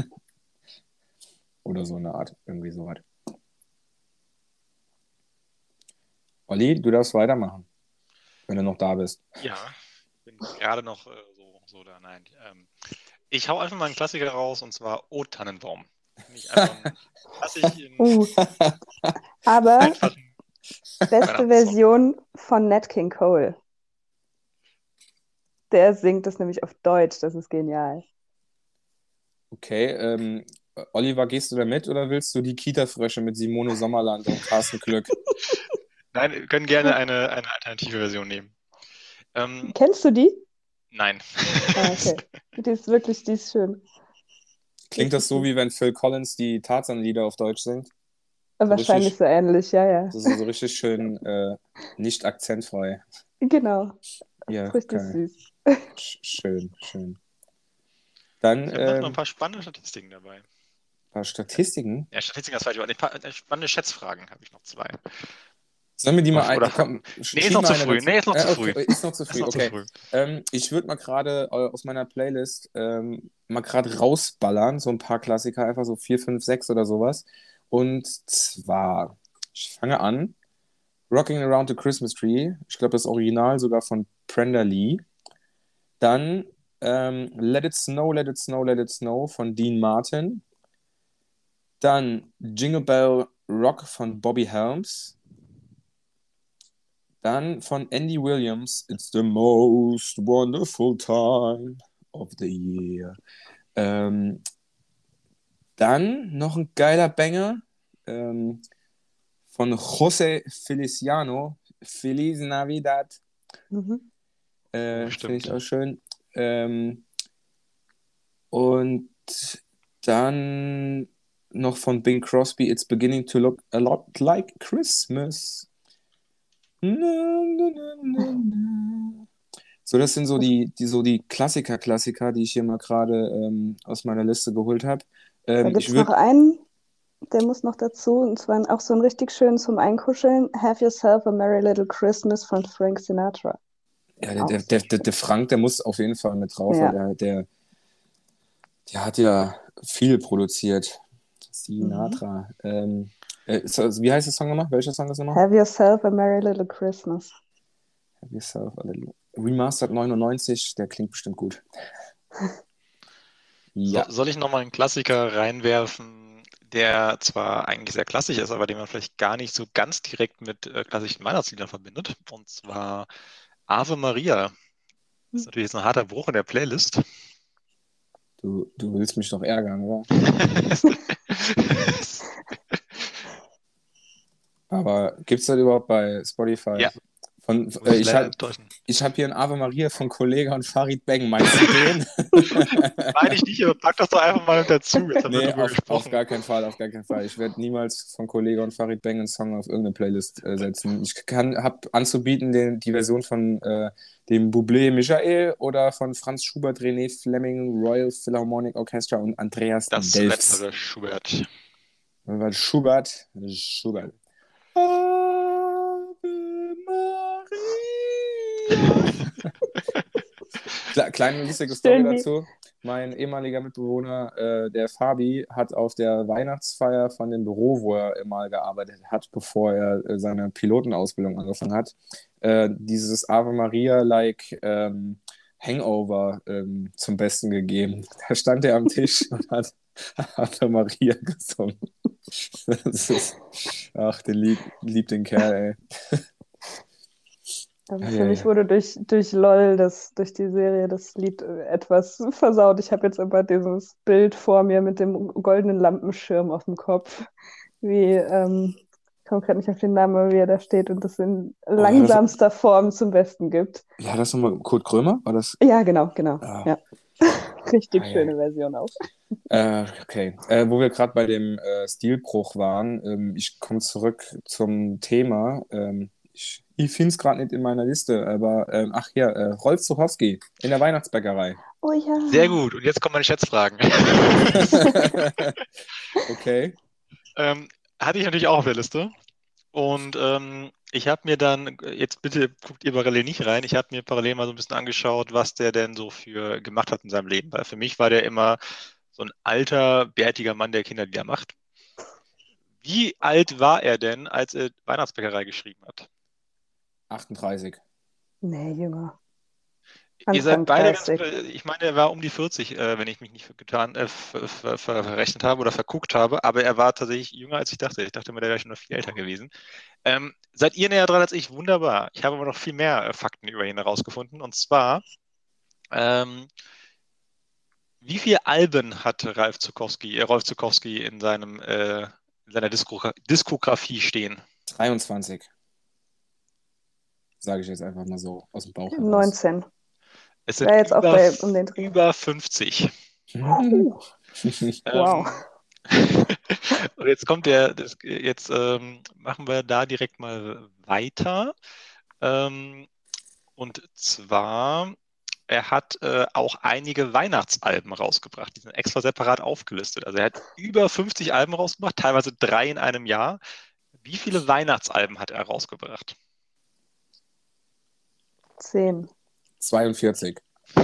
Oder so eine Art, irgendwie so was. Olli, du darfst weitermachen, wenn du noch da bist. Ja, ich bin gerade noch äh, so, so da, nein. Ähm, ich hau einfach mal einen Klassiker raus und zwar O Tannenbaum. Nicht einfach ein klassischen, Uh, aber einfachen beste Weihnachtssong. Version von Nat King Cole. Der singt das nämlich auf Deutsch. Das ist genial. Okay, ähm, Oliver, gehst du da mit oder willst du die Kita-Frösche mit Simone Sommerland und Carsten Glück? Nein, wir können gerne eine, eine alternative Version nehmen. Ähm, Kennst du die? nein. Ah, okay. Die ist wirklich, die ist schön. Klingt das so, wie wenn Phil Collins die Tarzan-Lieder auf Deutsch singt? So Wahrscheinlich richtig, so ähnlich, ja, ja. das ist so richtig schön äh, nicht akzentfrei. Genau. Ja, Ist richtig okay. süß. Sch- Schön, schön. Dann Ich habe noch, noch ein ähm, paar spannende Statistiken dabei. ein paar Statistiken. Ja, Statistiken, das falsche Wort. Ein paar äh, spannende Schätzfragen habe ich noch zwei. Sollen wir die mal ein... Oder, Komm, nee, ist schieb noch mal zu eine früh. dazu. Nee, ist noch Äh, zu früh. okay, ist noch zu Ist früh, noch zu okay. früh. Ähm, ich würde mal gerade äh, aus meiner Playlist ähm, mal gerade rausballern, so ein paar Klassiker, einfach so vier, fünf, sechs oder sowas. Und zwar, ich fange an, Rocking Around the Christmas Tree. Ich glaube, das Original sogar von Brenda Lee. Dann ähm, Let It Snow, Let It Snow, Let It Snow von Dean Martin. Dann Jingle Bell Rock von Bobby Helms. Dann von Andy Williams, It's the most wonderful time of the year. Ähm, dann noch ein geiler Banger ähm, von José Feliciano, Feliz Navidad. Mhm. Äh, finde ich Stimmt. auch schön. Ähm, und dann noch von Bing Crosby, It's beginning to look a lot like Christmas. Na, na, na, na, na. So, das sind so die, die, so die Klassiker-Klassiker, die ich hier mal gerade ähm, aus meiner Liste geholt habe. Da Ähm, gibt ich es noch würde, einen, der muss noch dazu, und zwar auch so einen richtig schönen zum Einkuscheln. Have Yourself a Merry Little Christmas von Frank Sinatra. ja, der, Auch der, sehr der, der, schön. der Frank, der muss auf jeden Fall mit drauf, weil Ja. der, der, der hat ja viel produziert. Mhm. Sinatra. Ähm, äh, so, wie heißt der Song nochmal? Welcher Song ist nochmal? Have Yourself a Merry Little Christmas. Have Yourself a Little... Remastered neunundneunzig, der klingt bestimmt gut. So, Ja. soll ich nochmal einen Klassiker reinwerfen, der zwar eigentlich sehr klassisch ist, aber den man vielleicht gar nicht so ganz direkt mit äh, klassischen Weihnachtsliedern verbindet. Und zwar Ave Maria. Das ist natürlich jetzt ein harter Bruch in der Playlist. Du, du willst mich doch ärgern, oder? Aber gibt es das überhaupt bei Spotify? Ja, Von, muss äh, ich ich leider habe enttäuschen. ich hab hier ein Ave Maria von Kollega und Farid Bang. Meinst du den? Meine ich nicht, aber pack das doch einfach mal dazu. Jetzt haben wir Nee, darüber auf, auf gesprochen. gar keinen Fall, auf gar keinen Fall. Ich werde niemals von Kollega und Farid Bang einen Song auf irgendeine Playlist äh, setzen. Ich habe anzubieten den, die Version von äh, dem Bublé Michael oder von Franz Schubert, René Fleming, Royal Philharmonic Orchestra und Andreas Das Delfs. letztere Schubert. Weil Schubert, Schubert. Ave Maria. Kle- Kleine lustige Story Schön, wie- dazu. Mein ehemaliger Mitbewohner, äh, der Fabi, hat auf der Weihnachtsfeier von dem Büro, wo er mal gearbeitet hat, bevor er äh, seine Pilotenausbildung angefangen hat, äh, dieses Ave Maria-like ähm, Hangover ähm, zum Besten gegeben. Da stand er am Tisch und hat Ave Maria gesungen. Das ist, ach, den lieb, lieb den Kerl, ey. Also Ja, für ja, mich ja. wurde durch, durch LOL, das, durch die Serie, das Lied äh, etwas versaut. Ich habe jetzt immer dieses Bild vor mir mit dem goldenen Lampenschirm auf dem Kopf, wie, ähm, ich komme gerade nicht auf den Namen, aber wie er da steht und das in Oh, ja, das, langsamster Form zum Besten gibt. ja, das nochmal Kurt Krömer? War das? Ja, genau, genau. Ah, Ja. Richtig ah, ja. schöne Version auch. Äh, okay. Äh, wo wir gerade bei dem äh, Stilbruch waren, ähm, ich komme zurück zum Thema. Ähm, ich ich finde es gerade nicht in meiner Liste, aber ähm, ach ja, äh, Rolf Zuchowski in der Weihnachtsbäckerei. Oh ja. Sehr gut. Und jetzt kommen meine Schätzfragen. Okay. ähm, hatte ich natürlich auch auf der Liste. Und ähm, ich habe mir dann, jetzt bitte guckt ihr parallel nicht rein, ich habe mir parallel mal so ein bisschen angeschaut, was der denn so für gemacht hat in seinem Leben. Weil für mich war der immer so ein alter, bärtiger Mann, der Kinderlieder macht. Wie alt war er denn, als er Weihnachtsbäckerei geschrieben hat? achtunddreißig. Nee, jünger. Ihr seid Anfang beide ganz, dreißig. ich meine, er war um die vierzig, äh, wenn ich mich nicht getan, äh, ver, ver, ver, verrechnet habe oder verguckt habe, aber er war tatsächlich jünger, als ich dachte. Ich dachte mir, der wäre schon noch viel älter gewesen. Ähm, seid ihr näher dran als ich? Wunderbar. Ich habe aber noch viel mehr äh, Fakten über ihn herausgefunden. Und zwar, ähm, wie viele Alben hat Ralf Zuckowski, äh, Rolf Zuckowski in seinem, äh, in seiner Diskogra Diskografie stehen? dreiundzwanzig. Sage ich jetzt einfach mal so aus dem Bauch heraus. neunzehn. Es sind Wäre jetzt auch über, bei, um den Dreh. über fünfzig. Oh, wow. Ähm, und jetzt kommt der, das, jetzt ähm, machen wir da direkt mal weiter. Ähm, und zwar, er hat äh, auch einige Weihnachtsalben rausgebracht. Die sind extra separat aufgelistet. Also er hat über fünfzig Alben rausgebracht, teilweise drei in einem Jahr. Wie viele Weihnachtsalben hat er rausgebracht? Zehn. zweiundvierzig.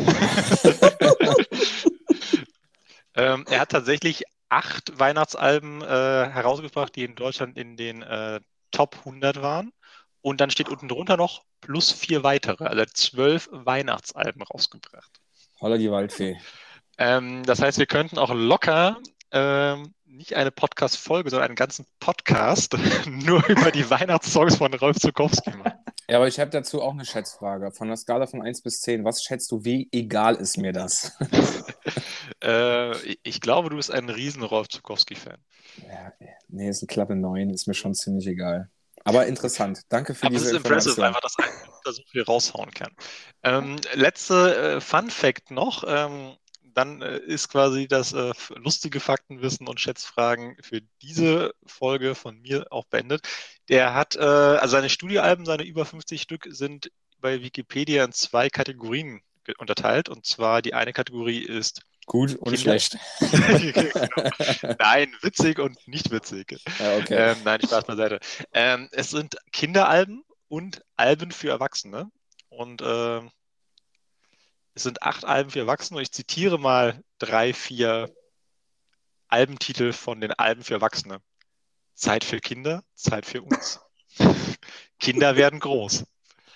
ähm, er hat tatsächlich acht Weihnachtsalben äh, herausgebracht, die in Deutschland in den äh, Top hundert waren. Und dann steht unten drunter noch plus vier weitere, also zwölf Weihnachtsalben rausgebracht. Holla die Waldfee. Ähm, das heißt, wir könnten auch locker ähm, nicht eine Podcast-Folge, sondern einen ganzen Podcast nur über die Weihnachtssongs von Rolf Zuckowski machen. Ja, aber ich habe dazu auch eine Schätzfrage. Von der Skala von eins bis zehn, was schätzt du, wie egal ist mir das? äh, ich glaube, du bist ein riesen Rolf Zuckowski-Fan. Ja, nee, ist eine klappe neun, ist mir schon ziemlich egal. Aber interessant. Danke für Aber diese es ist impressive, Information. einfach, dass ein da so viel raushauen kann. Ähm, letzte äh, Fun-Fact noch. Ähm, dann äh, ist quasi das äh, lustige Faktenwissen und Schätzfragen für diese Folge von mir auch beendet. Der hat, äh, also seine Studioalben, seine über fünfzig Stück, sind bei Wikipedia in zwei Kategorien ge- unterteilt. Und zwar die eine Kategorie ist Gut und Kinder- schlecht. Genau. Nein, witzig und nicht witzig. Ja, okay. Ähm, nein, Spaß beiseite. Ähm, es sind Kinderalben und Alben für Erwachsene. Und ähm, es sind acht Alben für Erwachsene. Und ich zitiere mal drei, vier Albentitel von den Alben für Erwachsene. Zeit für Kinder, Zeit für uns. Kinder werden groß.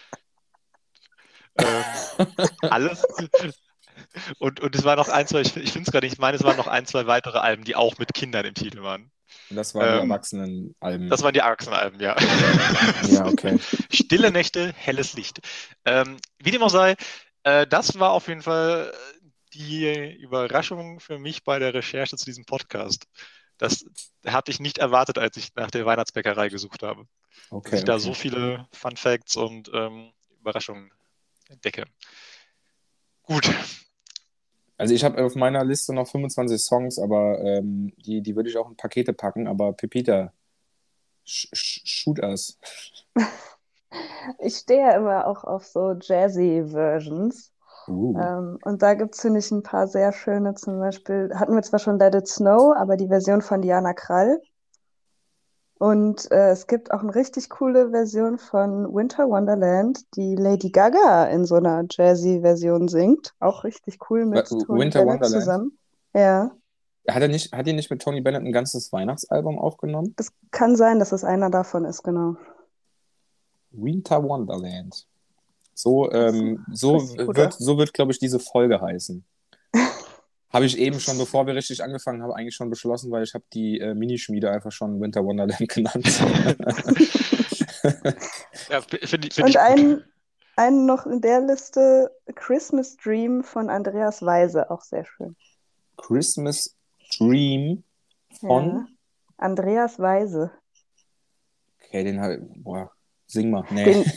Ähm, alles. Und, und es war noch ein, zwei, ich, ich finde es gerade nicht, ich meine, es waren noch ein, zwei weitere Alben, die auch mit Kindern im Titel waren. Das waren die Ähm, Erwachsenenalben. Das waren die Erwachsenenalben, ja. Ja, okay. Stille Nächte, helles Licht. Ähm, wie dem auch sei, äh, das war auf jeden Fall die Überraschung für mich bei der Recherche zu diesem Podcast. Das hatte ich nicht erwartet, als ich nach der Weihnachtsbäckerei gesucht habe. Dass Okay, ich da okay. so viele Fun Facts und ähm, Überraschungen entdecke. Gut. Also ich habe auf meiner Liste noch fünfundzwanzig Songs, aber ähm, die, die würde ich auch in Pakete packen. Aber Pepita, sh sh shoot us. Ich stehe ja immer auch auf so Jazzy-Versions. Uh. Ähm, und da gibt es, finde ich, ein paar sehr schöne. Zum Beispiel hatten wir zwar schon Let It Snow, aber die Version von Diana Krall. Und äh, es gibt auch eine richtig coole Version von Winter Wonderland, die Lady Gaga in so einer Jazzy-Version singt. Auch richtig cool mit Wa- Tony Winter Bennett Wonderland? zusammen. Ja, Hat er nicht, hat die nicht mit Tony Bennett ein ganzes Weihnachtsalbum aufgenommen? es kann sein, dass es einer davon ist, genau. Winter Wonderland. So, Das ist ähm, ein so richtig guter. wird, so wird, glaube ich, diese Folge heißen. Habe ich eben schon, bevor wir richtig angefangen haben, eigentlich schon beschlossen, weil ich habe die äh, Minischmiede einfach schon Winter Wonderland genannt. Ja, finde ich, find ich Und gut. einen, einen noch in der Liste, Christmas Dream von Andreas Weise, auch sehr schön. Christmas Dream Ja, von... Andreas Weise. Okay, den halt... Boah, sing mal. Nee. Den,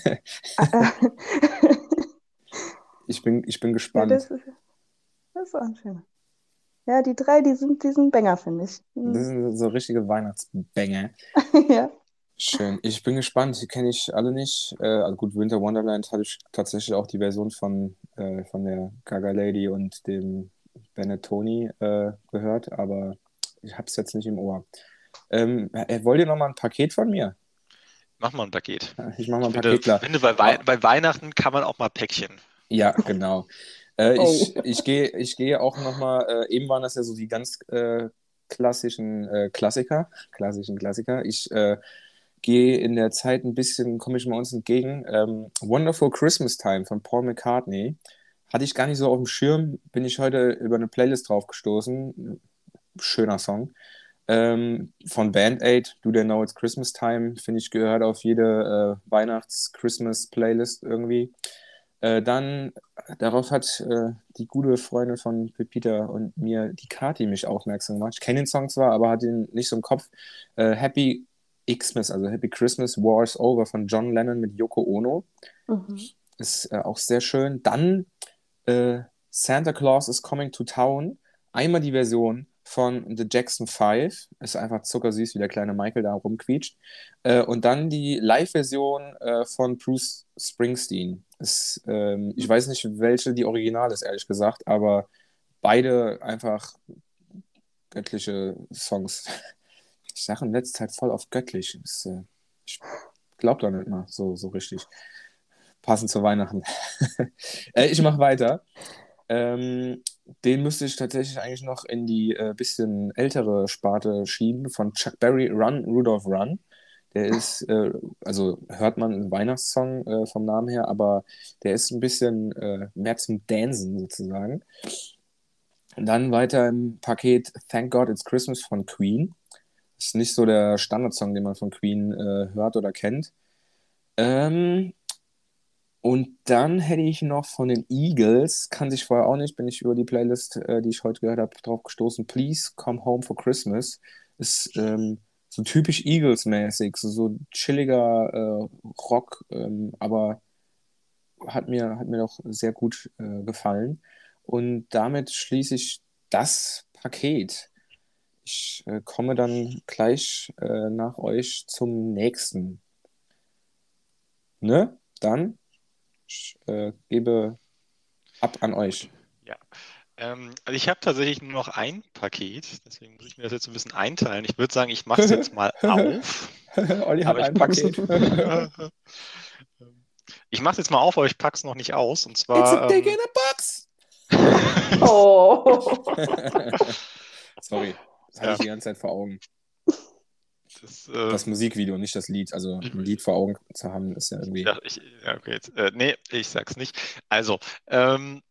ich, bin, ich bin ja, gespannt. das ist, das ist auch ein schöner. Ja, die drei, die sind, die sind Banger, finde ich. Das Hm. sind so richtige Weihnachtsbänge. Ja. Schön. Ich bin gespannt. Die kenne ich alle nicht. Äh, also gut, Winter Wonderland hatte ich tatsächlich auch die Version von, äh, von der Gaga Lady und dem Bennett Tony äh, gehört, aber ich habe es jetzt nicht im Ohr. Ähm, äh, wollt ihr noch mal ein Paket von mir? Mach mal ein Paket. Ich mache mal ein Ich finde, Paket klar. finde bei, Wei bei Weihnachten kann man auch mal Päckchen. Ja, genau. Äh, Oh. ich, ich gehe ich gehe auch noch mal, äh, eben waren das ja so die ganz äh, klassischen äh, Klassiker, klassischen Klassiker. Ich äh, gehe in der Zeit ein bisschen, komme ich mal uns entgegen. Ähm, Wonderful Christmas Time von Paul McCartney. Hatte ich gar nicht so auf dem Schirm, bin ich heute über eine Playlist drauf gestoßen. Schöner Song. Ähm, von Band Aid, Do They Know It's Christmas Time, finde ich, gehört auf jede äh, Weihnachts-Christmas-Playlist irgendwie. Äh, dann, darauf hat äh, die gute Freundin von Pepita und mir, die Kati, mich aufmerksam gemacht. Ich kenne den Song zwar, aber hatte ihn nicht so im Kopf. Äh, Happy Xmas, also Happy Christmas, War is Over von John Lennon mit Yoko Ono. Mhm. Ist äh, auch sehr schön. Dann äh, Santa Claus is Coming to Town. Einmal die Version von The Jackson Five. Ist einfach zuckersüß, wie der kleine Michael da rumquietscht. Äh, und dann die Live-Version äh, von Bruce Springsteen. Ist, ähm, ich weiß nicht, welche die Original ist, ehrlich gesagt, aber beide einfach göttliche Songs. Ich sage in letzter Zeit voll auf göttlich. Ist, äh, Glaub doch nicht mal so, so richtig. Passend zu Weihnachten. äh, ich mache weiter. Ähm, den müsste ich tatsächlich eigentlich noch in die äh, bisschen ältere Sparte schieben von Chuck Berry, Run, Rudolph, Run. Der ist, äh, also hört man einen Weihnachtssong äh, vom Namen her, aber der ist ein bisschen äh, mehr zum Dancen sozusagen. Und dann weiter im Paket Thank God It's Christmas von Queen. Ist nicht so der Standardsong, den man von Queen äh, hört oder kennt. Ähm, und dann hätte ich noch von den Eagles, kannte ich vorher auch nicht, bin ich über die Playlist, äh, die ich heute gehört habe, drauf gestoßen. Please Come Home for Christmas. Ist ähm, so typisch Eagles-mäßig, so, so chilliger äh, Rock, ähm, aber hat mir, hat mir doch sehr gut äh, gefallen. Und damit schließe ich das Paket. Ich äh, komme dann gleich äh, nach euch zum nächsten. Ne? Dann ich, äh, gebe ab an euch. Ja. Ähm, also ich habe tatsächlich nur noch ein Paket, deswegen muss ich mir das jetzt ein bisschen einteilen. Ich würde sagen, ich mache es jetzt mal auf, Olli hat aber ich ein pack's. Paket. Ich mache es jetzt mal auf, aber ich packe es noch nicht aus. Und It's a zwar. dick Ähm, in a box! Oh. Sorry, das hatte Ja. ich die ganze Zeit vor Augen. das, ähm, Das Musikvideo, nicht das Lied. Also ein Lied vor Augen zu haben, ist ja irgendwie. Ja, ich, ja, okay, jetzt, äh, nee, ich sag's nicht. Also, ähm,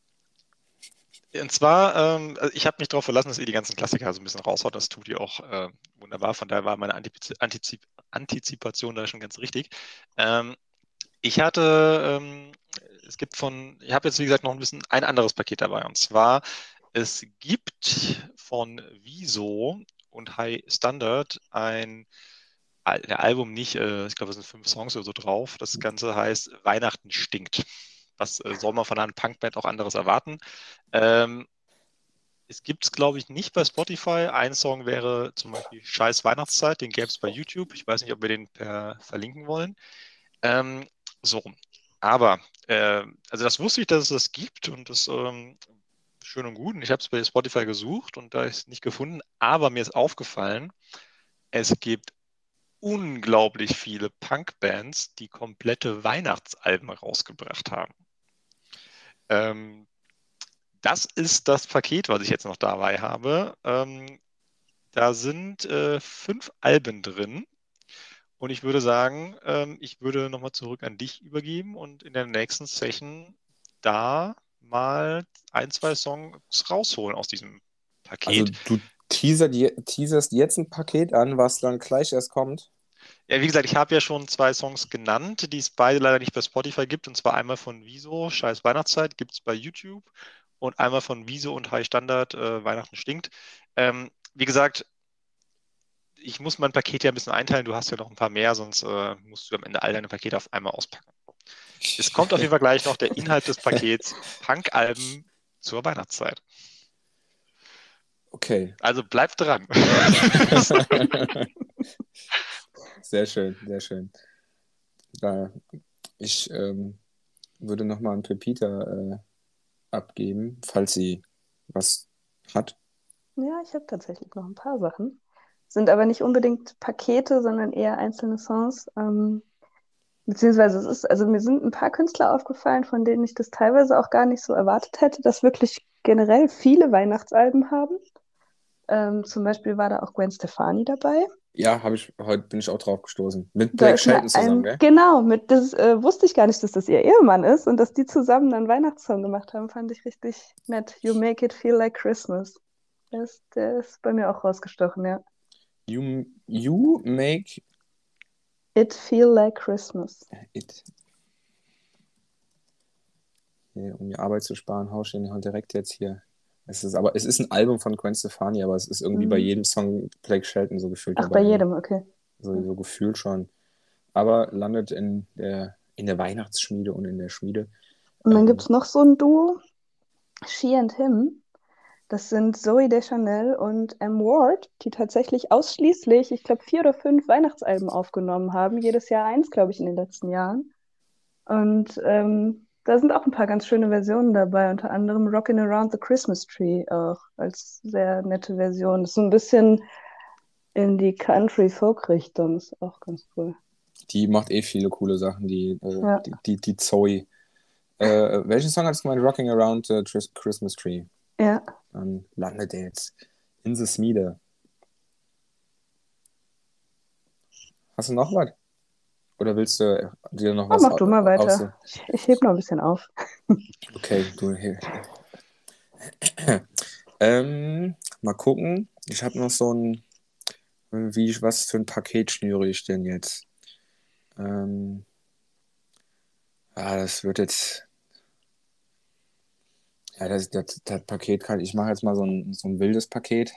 und zwar, ähm, also ich habe mich darauf verlassen, dass ihr die ganzen Klassiker so ein bisschen raushaut. Das tut ihr auch äh, wunderbar. Von daher war meine Antizip Antizip Antizipation da schon ganz richtig. Ähm, ich hatte, ähm, es gibt von, ich habe jetzt wie gesagt noch ein bisschen ein anderes Paket dabei. Und zwar, es gibt von Wieso und High Standard ein Al- der Album nicht, äh, ich glaube, es sind fünf Songs oder so drauf. Das Ganze heißt Weihnachten stinkt. Was äh, soll man von einer Punkband auch anderes erwarten? Ähm, es gibt es, glaube ich, nicht bei Spotify. Ein Song wäre zum Beispiel Scheiß Weihnachtszeit, den gäbe es bei YouTube. Ich weiß nicht, ob wir den per verlinken wollen. Ähm, so, aber, äh, also das wusste ich, dass es das gibt und das ähm, schön und gut. Und ich habe es bei Spotify gesucht und da ist es nicht gefunden. Aber mir ist aufgefallen, es gibt unglaublich viele Punkbands, die komplette Weihnachtsalben rausgebracht haben. Ähm, das ist das Paket, was ich jetzt noch dabei habe. Ähm, da sind äh, fünf Alben drin. Und ich würde sagen, ähm, ich würde nochmal zurück an dich übergeben und in der nächsten Session da mal ein, zwei Songs rausholen aus diesem Also Paket. du teasert, je- teaserst jetzt ein Paket an, was dann gleich erst kommt. Ja, wie gesagt, ich habe ja schon zwei Songs genannt, die es beide leider nicht bei Spotify gibt. Und zwar einmal von Wieso, Scheiß Weihnachtszeit, gibt es bei YouTube. Und einmal von Wieso und High Standard, äh, Weihnachten stinkt. Ähm, wie gesagt, ich muss mein Paket ja ein bisschen einteilen. Du hast ja noch ein paar mehr, sonst äh, musst du am Ende all deine Pakete auf einmal auspacken. Es kommt auf jeden Fall gleich noch der Inhalt des Pakets Punk-Alben zur Weihnachtszeit. Okay. Also bleibt dran. Sehr schön, sehr schön. Da, ich ähm, würde nochmal an Pepita äh, abgeben, falls sie was hat. Ja, ich habe tatsächlich noch ein paar Sachen. Sind aber nicht unbedingt Pakete, sondern eher einzelne Songs. Ähm, beziehungsweise es ist, also mir sind ein paar Künstler aufgefallen, von denen ich das teilweise auch gar nicht so erwartet hätte, dass wirklich generell viele Weihnachtsalben haben. Ähm, zum Beispiel war da auch Gwen Stefani dabei. Ja, habe ich, heute bin ich auch drauf gestoßen. Mit Da Blake ist mir Shelton zusammen, ein, gell? genau, mit, das äh, wusste ich gar nicht, dass das ihr Ehemann ist und dass die zusammen einen Weihnachtssong gemacht haben, fand ich richtig nett. You Make It Feel Like Christmas. Der ist, der ist bei mir auch rausgestochen, ja. You, you make It Feel Like Christmas. it. Hier, um mir Arbeit zu sparen, haue ich den halt direkt jetzt hier. Es ist aber, es ist ein Album von Gwen Stefani, aber es ist irgendwie bei Mhm. jedem Song Blake Shelton so gefühlt Ach, dabei. bei jedem, okay. So, so gefühlt schon. Aber landet in der, in der Weihnachtsschmiede und in der Schmiede. Und dann Ähm, gibt es noch so ein Duo, She and Him. Das sind Zooey Deschanel und M. Ward, die tatsächlich ausschließlich, ich glaube, vier oder fünf Weihnachtsalben aufgenommen haben. Jedes Jahr eins, glaube ich, in den letzten Jahren. Und ähm, da sind auch ein paar ganz schöne Versionen dabei, unter anderem Rockin' Around the Christmas Tree auch als sehr nette Version. Das ist so ein bisschen in die Country-Folk-Richtung, ist auch ganz cool. Die macht eh viele coole Sachen, die, äh, Ja. die, die, die Zoe. Äh, welchen Song hattest du gemeint? Rocking Around the Tris- Christmas Tree. Ja. Dann landet der jetzt in the Smiede. Hast du noch was? Oder willst du dir noch Oh, was mach du mal aus? weiter. Ich, ich heb noch ein bisschen auf. Okay, du. Ähm, mal gucken. Ich habe noch so ein, wie, was für ein Paket schnüre ich denn jetzt? Ähm, ah, das wird jetzt, ja, das, das, das Paket kann, ich mache jetzt mal so ein, so ein wildes Paket.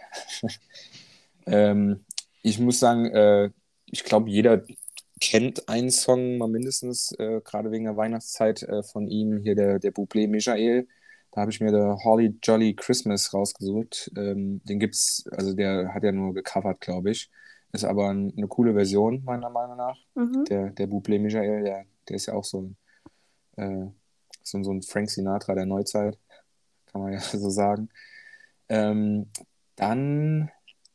ähm, ich muss sagen, äh, ich glaube, jeder kennt einen Song mal mindestens, äh, gerade wegen der Weihnachtszeit äh, von ihm, hier der, der Bublé Michael. Da habe ich mir der Holly Jolly Christmas rausgesucht. Ähm, den gibt's, also der hat ja nur gecovert, glaube ich. Ist aber ein, eine coole Version, meiner Meinung nach. Mhm. Der, der Bublé Michael, der, der ist ja auch so ein, äh, so, so ein Frank Sinatra der Neuzeit, kann man ja so sagen. Ähm, dann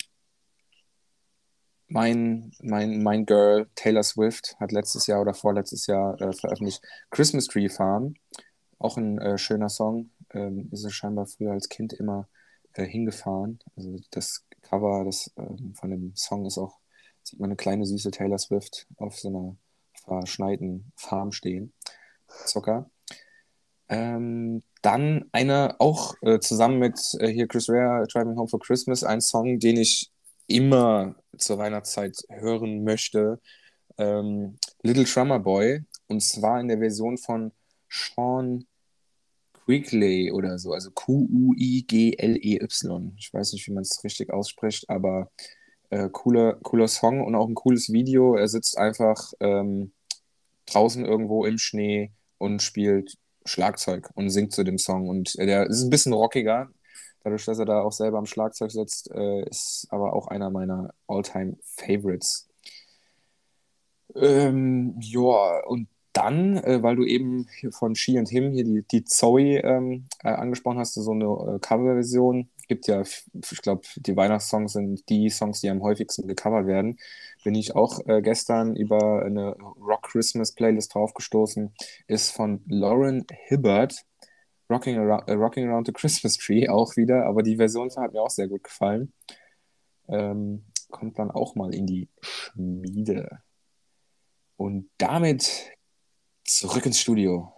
Mein, mein, mein Girl Taylor Swift hat letztes Jahr oder vorletztes Jahr äh, veröffentlicht Christmas Tree Farm. Auch ein äh, schöner Song. Ähm, ist es scheinbar früher als Kind immer äh, hingefahren. Also das Cover das, ähm, von dem Song ist auch, sieht man eine kleine süße Taylor Swift auf so einer verschneiten Farm stehen. Zucker. Ähm, dann einer auch äh, zusammen mit äh, hier Chris Rea, Driving Home for Christmas, ein Song, den ich immer zur Weihnachtszeit hören möchte. Ähm, Little Drummer Boy. Und zwar in der Version von Sean Quigley oder so, also Q U I G L E Y. Ich weiß nicht, wie man es richtig ausspricht, aber äh, cooler, cooler Song und auch ein cooles Video. Er sitzt einfach ähm, draußen irgendwo im Schnee und spielt Schlagzeug und singt zu dem Song. Und äh, der ist ein bisschen rockiger, dadurch, dass er da auch selber am Schlagzeug sitzt, äh, ist aber auch einer meiner All-Time-Favorites. Ähm, ja, und dann, äh, weil du eben hier von She and Him hier die, die Zoe ähm, äh, angesprochen hast, so eine äh, Coverversion. Gibt ja, f- ich glaube, die Weihnachtssongs sind die Songs, die am häufigsten gecovert werden. Bin ich auch äh, gestern über eine Rock Christmas Playlist draufgestoßen. Ist von Lauren Hibbert, Rocking Around, äh, Rocking Around the Christmas Tree auch wieder. Aber die Version hat mir auch sehr gut gefallen. Ähm, kommt dann auch mal in die Schmiede. Und damit zurück ins Studio.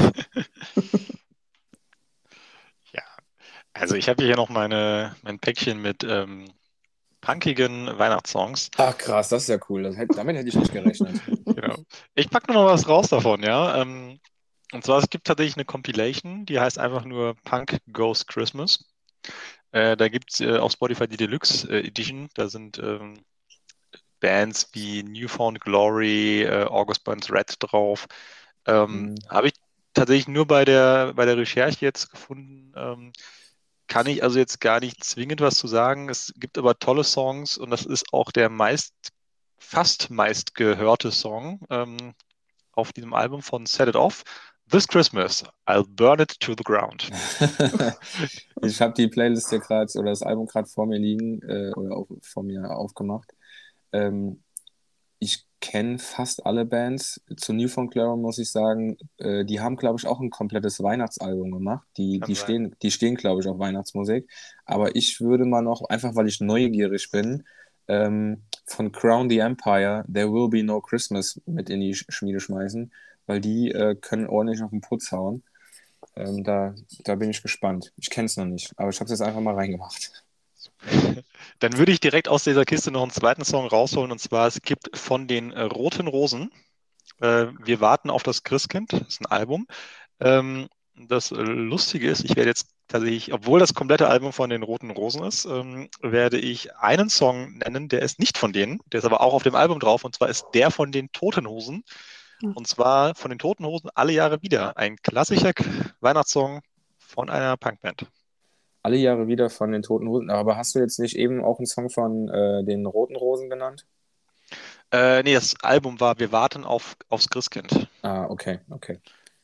Ja, also ich habe hier noch meine, mein Päckchen mit ähm, punkigen Weihnachtssongs. Ach krass, das ist ja cool. Das hätte, damit hätte ich nicht gerechnet. Genau. Ich packe noch mal was raus davon, ja. Ähm, und zwar, es gibt tatsächlich eine Compilation, die heißt einfach nur Punk Goes Christmas. Äh, da gibt es äh, auf Spotify die Deluxe äh, Edition. Da sind ähm, Bands wie Newfound Glory, äh, August Burns Red drauf. Ähm, Hm. habe ich tatsächlich nur bei der, bei der Recherche jetzt gefunden. Ähm, kann ich also jetzt gar nicht zwingend was zu sagen. Es gibt aber tolle Songs und das ist auch der meist, fast meist gehörte Song ähm, auf diesem Album von Set It Off. This Christmas, I'll burn it to the ground. Ich habe die Playlist hier gerade oder das Album gerade vor mir liegen äh, oder auf, vor mir aufgemacht. Ähm, ich kenne fast alle Bands. Zu Newfound Glory muss ich sagen, äh, die haben, glaube ich, auch ein komplettes Weihnachtsalbum gemacht. Die, Kann die sein. stehen, die stehen, glaube ich, auf Weihnachtsmusik. Aber ich würde mal noch, einfach weil ich neugierig bin, ähm, von Crown the Empire, There Will Be No Christmas mit in die Sch- Schmiede schmeißen, weil die äh, können ordentlich auf den Putz hauen. Ähm, da, da bin ich gespannt. Ich kenne es noch nicht, aber ich habe es jetzt einfach mal reingemacht. Dann würde ich direkt aus dieser Kiste noch einen zweiten Song rausholen und zwar es gibt von den äh, Roten Rosen äh, Wir warten auf das Christkind, das ist ein Album. Ähm, das äh, Lustige ist, ich werde jetzt tatsächlich, obwohl das komplette Album von den Roten Rosen ist, ähm, werde ich einen Song nennen, der ist nicht von denen, der ist aber auch auf dem Album drauf und zwar ist der von den Toten Hosen und zwar von den Toten Hosen Alle Jahre wieder, ein klassischer K- Weihnachtssong von einer Punkband. Alle Jahre wieder von den Toten Hosen. Aber hast du jetzt nicht eben auch einen Song von äh, den Roten Rosen genannt? Äh, nee, das Album war Wir warten auf, aufs Christkind. Ah, okay, okay.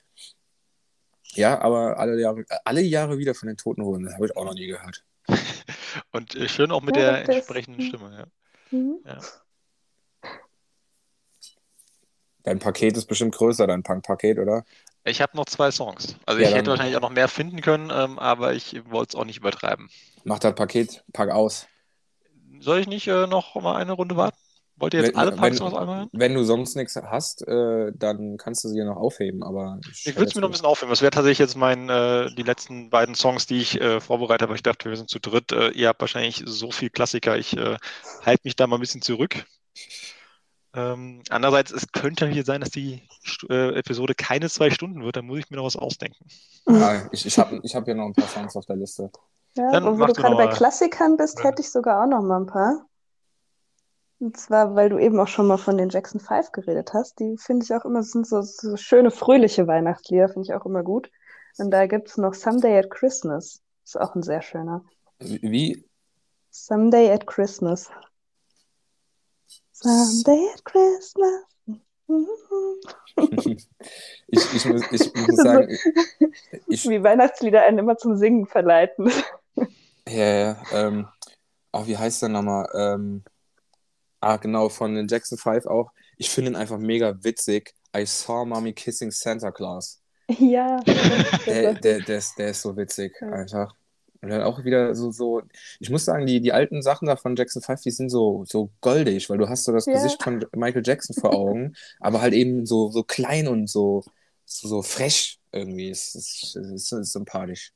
Ja, aber alle Jahre, äh, alle Jahre wieder von den Toten Hosen. Das habe ich auch noch nie gehört. Und äh, schön auch mit Ja, doch, der der ist. entsprechenden Stimme. Ja. Mhm. Ja. Dein Paket ist bestimmt größer, dein Punk-Paket, oder? Ich habe noch zwei Songs. Also Ja, ich hätte dann wahrscheinlich auch noch mehr finden können, ähm, aber ich wollte es auch nicht übertreiben. mach das Paket, pack aus. Soll ich nicht äh, noch mal eine Runde warten? Wollt ihr jetzt Wenn, alle Punk-Songs wenn, einmal hören? wenn du sonst nichts hast, äh, dann kannst du sie ja noch aufheben, aber ich Ich hätte würde es mir jetzt noch ein gesagt. bisschen aufhören. Das wäre tatsächlich jetzt mein, äh, die letzten beiden Songs, die ich äh, vorbereitet habe. Ich dachte, wir sind zu dritt. Äh, ihr habt wahrscheinlich so viel Klassiker. Ich äh, halte mich da mal ein bisschen zurück. Ähm, andererseits, es könnte hier sein, dass die Stu- äh, Episode keine zwei Stunden wird. Da muss ich mir noch was ausdenken. Ja, ich, ich habe ich hab hier noch ein paar Songs auf der Liste. Ja, Dann wo, wo mach du du gerade bei nochmal. Klassikern bist, hätte ich sogar auch noch mal ein paar. Und zwar, weil du eben auch schon mal von den Jackson Five geredet hast. Die finde ich auch immer, sind so, so schöne, fröhliche Weihnachtslieder, finde ich auch immer gut. Und da gibt es noch Someday at Christmas. Ist auch ein sehr schöner. Wie? Someday at Christmas. Someday at Christmas. Ich, ich, muss, ich muss So, sagen, ich, wie Weihnachtslieder einen immer zum Singen verleiten. ja, ja, ähm, auch wie heißt der nochmal? Ähm, ah, genau, von den Jackson Five auch. Ich finde ihn einfach mega witzig. I saw Mommy kissing Santa Claus. Ja, das Der, sagt der, es. der, ist, der ist so witzig, Ja. einfach. Und dann auch wieder so, so, ich muss sagen, die, die alten Sachen da von Jackson Five, die sind so, so goldig, weil du hast so das Ja. Gesicht von Michael Jackson vor Augen, aber halt eben so, so klein und so, so, so frech irgendwie. Es ist, es ist, es ist sympathisch.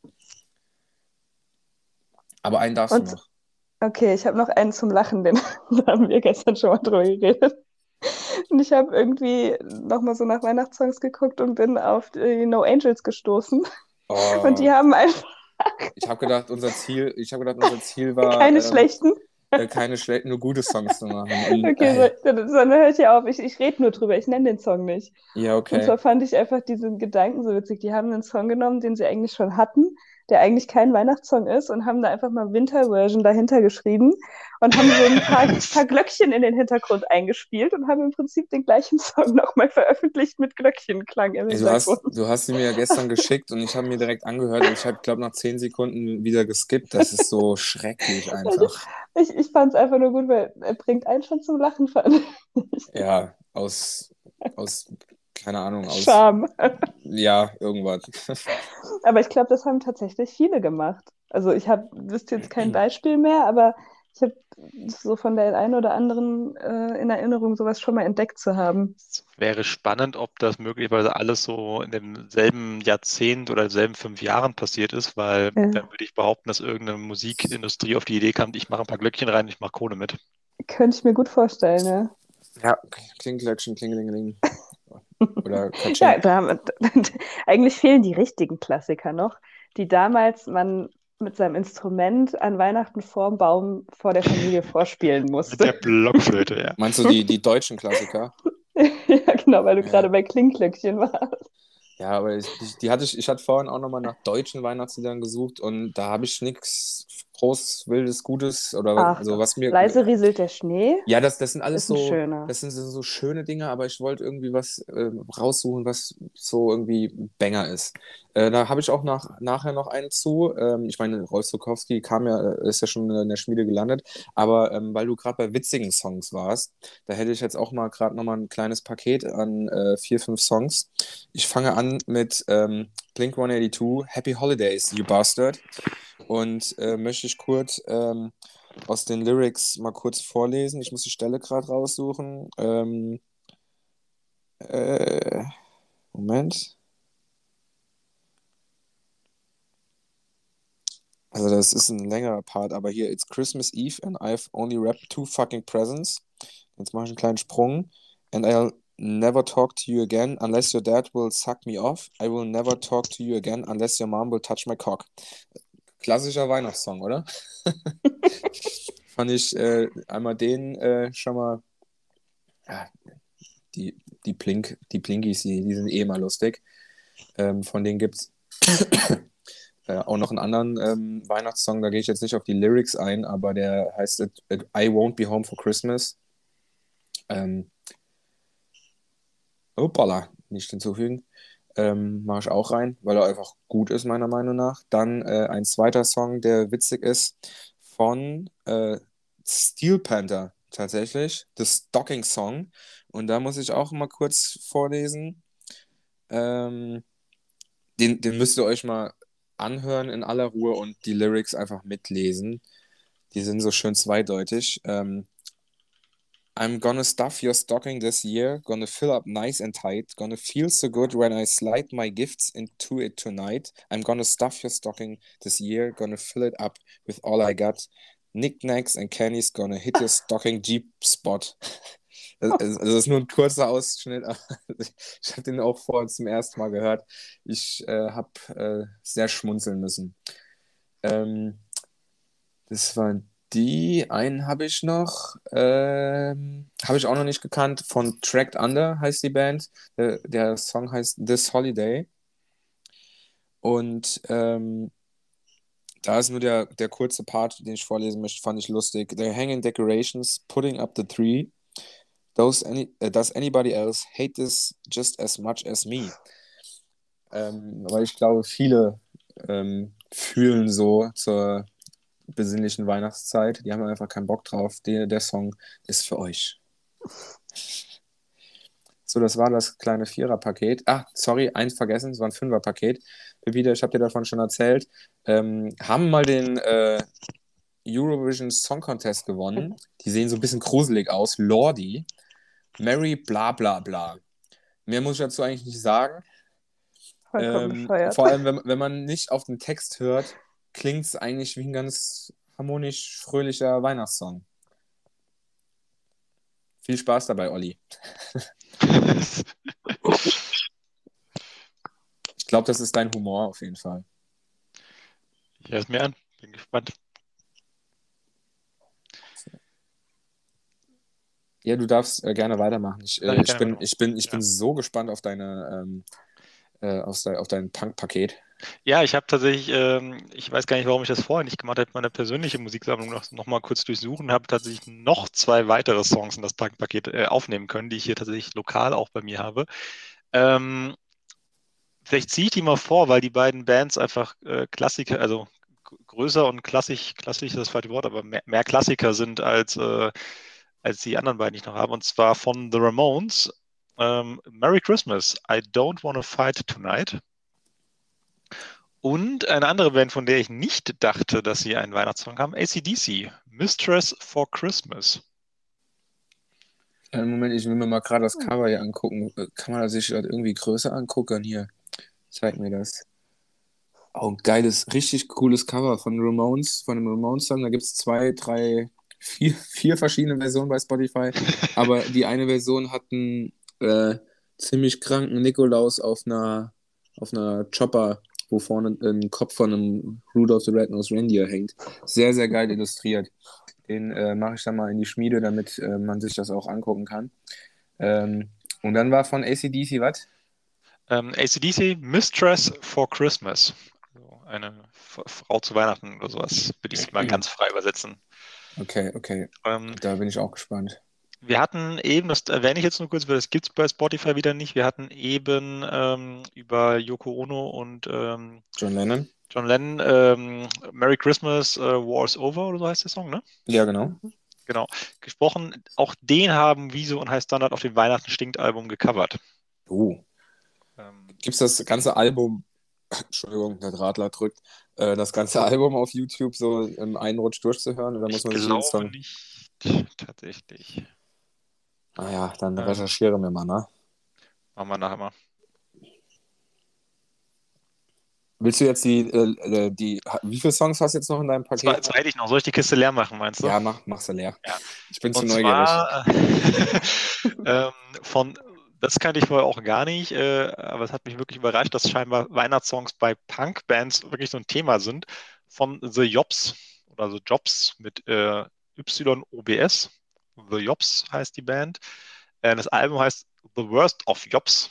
Aber einen darfst du Und noch. okay, ich habe noch einen zum Lachen, den da haben wir gestern schon mal drüber geredet. Und ich habe irgendwie nochmal so nach Weihnachtssongs geguckt und bin auf die No Angels gestoßen. Und die Oh, haben einfach ich habe gedacht, unser Ziel, ich habe gedacht, unser Ziel war, keine ähm, schlechten. äh, keine schlechten, nur gute Songs zu machen. Und, Okay, äh, so, dann dann hört ihr auf. Ich, ich rede nur drüber, ich nenne den Song nicht. ja, Und okay. zwar fand ich einfach diesen Gedanken so witzig. Die haben einen Song genommen, den sie eigentlich schon hatten, der eigentlich kein Weihnachtssong ist, und haben da einfach mal Winter-Version dahinter geschrieben und haben so ein paar, paar Glöckchen in den Hintergrund eingespielt und haben im Prinzip den gleichen Song nochmal veröffentlicht mit Glöckchenklang im Ey, du hast, Hintergrund. du hast sie mir ja gestern geschickt und ich habe mir direkt angehört und ich habe, glaube nach zehn Sekunden wieder geskippt. Das ist so schrecklich Also einfach. ich, ich fand es einfach nur gut, weil er bringt einen schon zum Lachen, fand ich. Ja, aus, aus, keine Ahnung, aus, Charme. ja, irgendwas. Aber ich glaube, das haben tatsächlich viele gemacht. Also ich habe, wüsste jetzt kein Beispiel mehr, aber ich habe so von der einen oder anderen äh, in Erinnerung, sowas schon mal entdeckt zu haben. Es wäre spannend, ob das möglicherweise alles so in demselben Jahrzehnt oder selben fünf Jahren passiert ist, weil Äh, dann würde ich behaupten, dass irgendeine Musikindustrie auf die Idee kam, ich mache ein paar Glöckchen rein, ich mache Kohle mit. Könnte ich mir gut vorstellen, ja. Ja, Klinglöckchen, Klingelingeling. Oder Ja, Katsching. da haben, eigentlich fehlen die richtigen Klassiker noch, die damals man mit seinem Instrument an Weihnachten vorm Baum vor der Familie vorspielen Mit der musste. Blockflöte, ja. Meinst du die, die deutschen Klassiker? Ja, genau, weil du gerade Ja. bei Klingglöckchen warst. Ja, aber ich, die, die hatte ich, ich hatte vorhin auch nochmal nach deutschen Weihnachtsliedern gesucht und da habe ich nichts groß, wildes, Gutes oder Ach also doch, was mir. leise rieselt der Schnee, Ja, das, das sind alles ist ein so, schöner. das sind so so schöne Dinge, aber ich wollte irgendwie was äh, raussuchen, was so irgendwie Banger ist. Äh, da habe ich auch nach, nachher noch einen zu. Ähm, ich meine, Rolf Zukowski kam ja, äh, ist ja schon in der Schmiede gelandet, aber ähm, weil du gerade bei witzigen Songs warst, da hätte ich jetzt auch mal gerade noch mal ein kleines Paket an äh, vier, fünf Songs. Ich fange an mit ähm, Blink one eighty-two, Happy Holidays, You Bastard. Und äh, möchte ich kurz ähm, aus den Lyrics mal kurz vorlesen. Ich muss die Stelle gerade raussuchen. Ähm, äh, Moment. Also das ist ein längerer Part, aber hier, it's Christmas Eve and I've only wrapped two fucking presents. Jetzt mache ich einen kleinen Sprung. And I'll never talk to you again unless your dad will suck me off. I will never talk to you again unless your mom will touch my cock. Klassischer Weihnachtssong, oder? Fand ich äh, einmal den äh, schon mal, ja, die, die Plink, die Plinkies, die, die sind eh immer lustig. Ähm, von denen gibt es äh, auch noch einen anderen ähm, Weihnachtssong, da gehe ich jetzt nicht auf die Lyrics ein, aber der heißt it, it, I Won't Be Home for Christmas. Ähm, Hoppala, nicht hinzufügen. Ähm, mache ich auch rein, weil er einfach gut ist, meiner Meinung nach. Dann äh, ein zweiter Song, der witzig ist, von äh, Steel Panther. tatsächlich. The Stocking Song. Und da muss ich auch mal kurz vorlesen. Ähm, den, den müsst ihr euch mal anhören in aller Ruhe und die Lyrics einfach mitlesen. Die sind so schön zweideutig. Ähm, I'm gonna stuff your stocking this year, gonna fill up nice and tight, gonna feel so good when I slide my gifts into it tonight. I'm gonna stuff your stocking this year, gonna fill it up with all I got. Knickknacks and candies gonna hit your stocking Jeep spot. Das, das ist nur ein kurzer Ausschnitt, aber ich habe den auch vorhin zum ersten Mal gehört. Ich äh, habe äh, sehr schmunzeln müssen. Ähm, das waren die. Einen habe ich noch. Ähm, habe ich auch noch nicht gekannt. Von Tracked Under heißt die Band. Der, der Song heißt This Holiday. Und ähm, da ist nur der, der kurze Part, den ich vorlesen möchte, fand ich lustig. They're hanging decorations, putting up the tree. Does, any, uh, does anybody else hate this just as much as me? Ähm, weil ich glaube, viele ähm, fühlen so zur besinnlichen Weihnachtszeit. Die haben einfach keinen Bock drauf. Der, der Song ist für euch. So, das war das kleine Vierer-Paket. Ah, sorry, eins vergessen, es war ein Fünfer-Paket. Pepita, ich habe dir davon schon erzählt. Ähm, haben mal den äh, Eurovision Song Contest gewonnen. Die sehen so ein bisschen gruselig aus. Lordi. Mary bla bla bla. Mehr muss ich dazu eigentlich nicht sagen. Vollkommen Ähm, bescheuert. vor allem, wenn, wenn man nicht auf den Text hört, klingt es eigentlich wie ein ganz harmonisch fröhlicher Weihnachtssong. Viel Spaß dabei, Olli. Ich glaube, das ist dein Humor auf jeden Fall. Ich höre es mir an. Bin gespannt. Ja, du darfst äh, gerne weitermachen. Ich, Darf äh, ich ich, gerne bin, weitermachen? ich, bin, ich Ja. bin so gespannt auf deine ähm, äh, auf, de, auf dein Punk-Paket. Ja, ich habe tatsächlich, ähm, ich weiß gar nicht, warum ich das vorher nicht gemacht habe, meine persönliche Musiksammlung noch, noch mal kurz durchsuchen, habe tatsächlich noch zwei weitere Songs in das Punk-Paket äh, aufnehmen können, die ich hier tatsächlich lokal auch bei mir habe. Ähm, vielleicht ziehe ich die mal vor, weil die beiden Bands einfach äh, Klassiker, also g- größer und klassisch, klassisch ist das falsche Wort, aber mehr, mehr Klassiker sind als, äh, als die anderen beiden, die ich noch habe. Und zwar von The Ramones, ähm, Merry Christmas, I Don't Wanna Fight Tonight. Und eine andere Band, von der ich nicht dachte, dass sie einen Weihnachtssong haben, A C D C, Mistress for Christmas. Einen Moment, ich will mir mal gerade das Cover hier angucken. Äh, Kann man das sich das irgendwie größer angucken? Hier, zeig mir das. Oh, ein geiles, richtig cooles Cover von Ramones, von dem Ramones-Song. Da gibt es zwei, drei, vier, vier verschiedene Versionen bei Spotify. Aber die eine Version hat einen äh, ziemlich kranken Nikolaus auf einer, auf einer Chopper, wo vorne ein Kopf von einem Rudolph the Red-Nosed Reindeer hängt. Sehr, sehr geil illustriert. Den äh, mache ich dann mal in die Schmiede, damit äh, man sich das auch angucken kann. Ähm, und dann war von A C D C was? Ähm, A C D C, Mistress for Christmas. Also eine F Frau zu Weihnachten oder sowas, würde ich mal ganz frei übersetzen. Okay, okay. Ähm, Da bin ich auch gespannt. wir hatten eben, das erwähne ich jetzt nur kurz, weil das gibt es bei Spotify wieder nicht, wir hatten eben ähm, über Yoko Ono und ähm, John Lennon? John Lennon ähm, Merry Christmas, äh, War is Over oder so heißt der Song, ne? Ja, genau. Genau, gesprochen. Auch den haben Wieso und High Standard auf dem Weihnachten stinkt Album gecovert. Oh. Ähm, Gibt es das ganze Album, Entschuldigung, der Radler drückt, äh, das ganze Album auf YouTube so im einen Rutsch durchzuhören oder muss ich man sich jeden glaube Song... nicht, tatsächlich. Ah ja, dann Ähm, recherchiere mir mal, ne? machen wir nachher mal. Willst du jetzt die, äh, die, wie viele Songs hast du jetzt noch in deinem Zwei, Paket? zwei hätte ich noch. Soll ich die Kiste leer machen, meinst du? Ja, mach, mach sie leer. Ja. Ich bin zu Und neugierig. zwar äh, ähm, von, das kannte ich vorher auch gar nicht, äh, aber es hat mich wirklich überrascht, dass scheinbar Weihnachtssongs bei Punk-Bands wirklich so ein Thema sind. Von The Jobs oder The Jobs mit äh, Y O B S. The Jobs heißt die Band. Äh, das Album heißt The Worst of Jobs.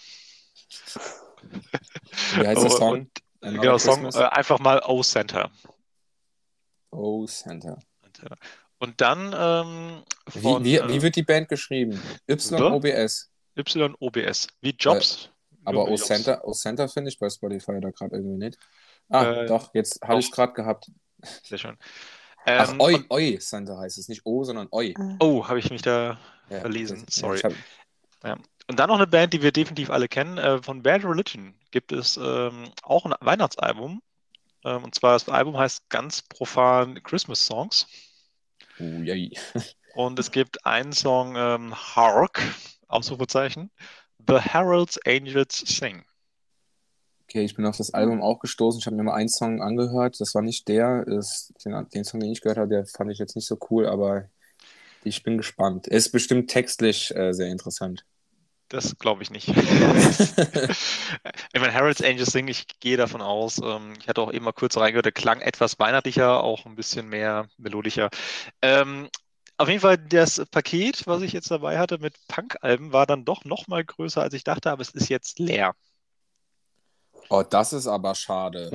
Wie heißt der Und, Song? und Another genau, Song Christmas? äh, einfach mal O Center. Oh, Santa. Und dann ähm, Wie, von wie, äh, wie wird die Band geschrieben? Y O B S. Y O B S. Wie Weil, Jobs. aber Nur wie O Jobs. Center, O Center finde ich bei Spotify da gerade irgendwie nicht. Ah, Äh, doch, jetzt habe ich es doch, gerade gehabt. sehr schön. Ach, Ähm, Oi, und, Oi Santa heißt es. Nicht O, sondern Oi. Äh, oh, habe ich mich da Ja, verlesen. das, ja, Sorry. ich hab, Ja. Und dann noch eine Band, die wir definitiv alle kennen. Äh, von Bad Religion gibt es ähm, auch ein Weihnachtsalbum. Ähm, und zwar das Album heißt ganz profan Christmas Songs. uh, yay. Und es gibt einen Song, ähm, Hark, Ausrufezeichen, The Heralds Angels Sing. Okay, ich bin auf das hm. Album auch gestoßen. Ich habe mir mal einen Song angehört. Das war nicht der. Das, den, den Song, den ich gehört habe, der fand ich jetzt nicht so cool, aber ich bin gespannt. Er ist bestimmt textlich äh, sehr interessant. Das glaube ich nicht. Ich meine, Harold's Angels Sing, ich gehe davon aus. Ähm, ich hatte auch eben mal kurz reingehört, der klang etwas weihnachtlicher, auch ein bisschen mehr melodischer. Ähm, auf jeden Fall, das Paket, was ich jetzt dabei hatte mit Punk-Alben, war dann doch noch mal größer, als ich dachte, aber es ist jetzt leer. Oh, das ist aber schade.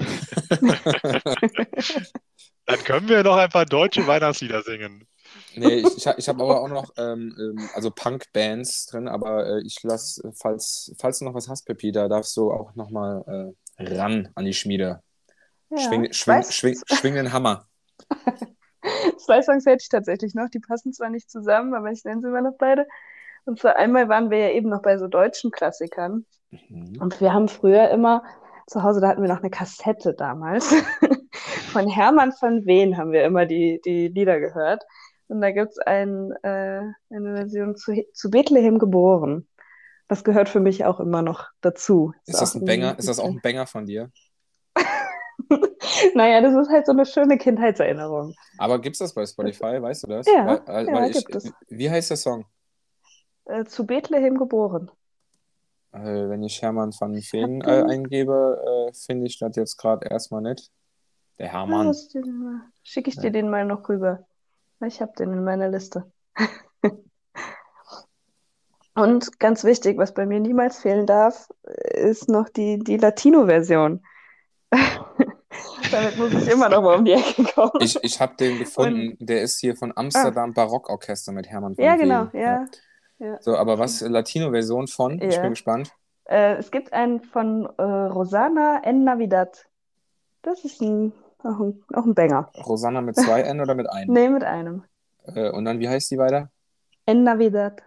Dann können wir noch ein paar deutsche Weihnachtslieder singen. Nee, ich, ich, ha- ich habe aber auch noch ähm, ähm, also Punk-Bands drin, aber äh, ich lass, falls, falls du noch was hast, Peppi, da darfst du auch noch mal äh, ran an die Schmiede. Ja, Schwing, zwei, schwing, schwing, schwing den Hammer. zwei Songs hätte ich tatsächlich noch. Die passen zwar nicht zusammen, aber ich nenne sie mal noch beide. Und zwar einmal waren wir ja eben noch bei so deutschen Klassikern. Mhm. Und wir haben früher immer zu Hause, da hatten wir noch eine Kassette damals. Von Hermann von Veen haben wir immer die, die Lieder gehört. Und da gibt es ein, äh, eine Version zu, zu Bethlehem geboren. Das gehört für mich auch immer noch dazu. Ist Ist das auch ein ein Banger? Ist das auch bisschen. ein Banger von dir? Naja, das ist halt so eine schöne Kindheitserinnerung. Aber gibt's das bei Das, Spotify? Weißt du das? ja, Weil, weil ja, weil ich, gibt es. wie heißt der Song? Äh, zu Bethlehem geboren. Äh, wenn ich Hermann van Ich hab Veen äh, den. eingebe, äh, finde ich das jetzt gerade erstmal nicht. Der Ah, Hermann. muss ich dir den mal, schicke ich dir Ja. den mal noch rüber. Ich habe den in meiner Liste. Und ganz wichtig, was bei mir niemals fehlen darf, ist noch die, die Latino-Version. Damit muss ich immer noch mal um die Ecke kommen. Ich, ich habe den Und, gefunden. Der ist hier von ah, Amsterdam Barockorchester mit Hermann ja, van genau, Veen. Ja. ja. Ja, So, aber was? Latino-Version von? Ich bin ja. gespannt. Äh, es gibt einen von äh, Rosana en Navidad. Das ist ein, auch ein, auch ein Banger. Rosanna mit zwei N oder mit einem? Nee, mit einem. Äh, und dann, wie heißt die weiter? En Navidad.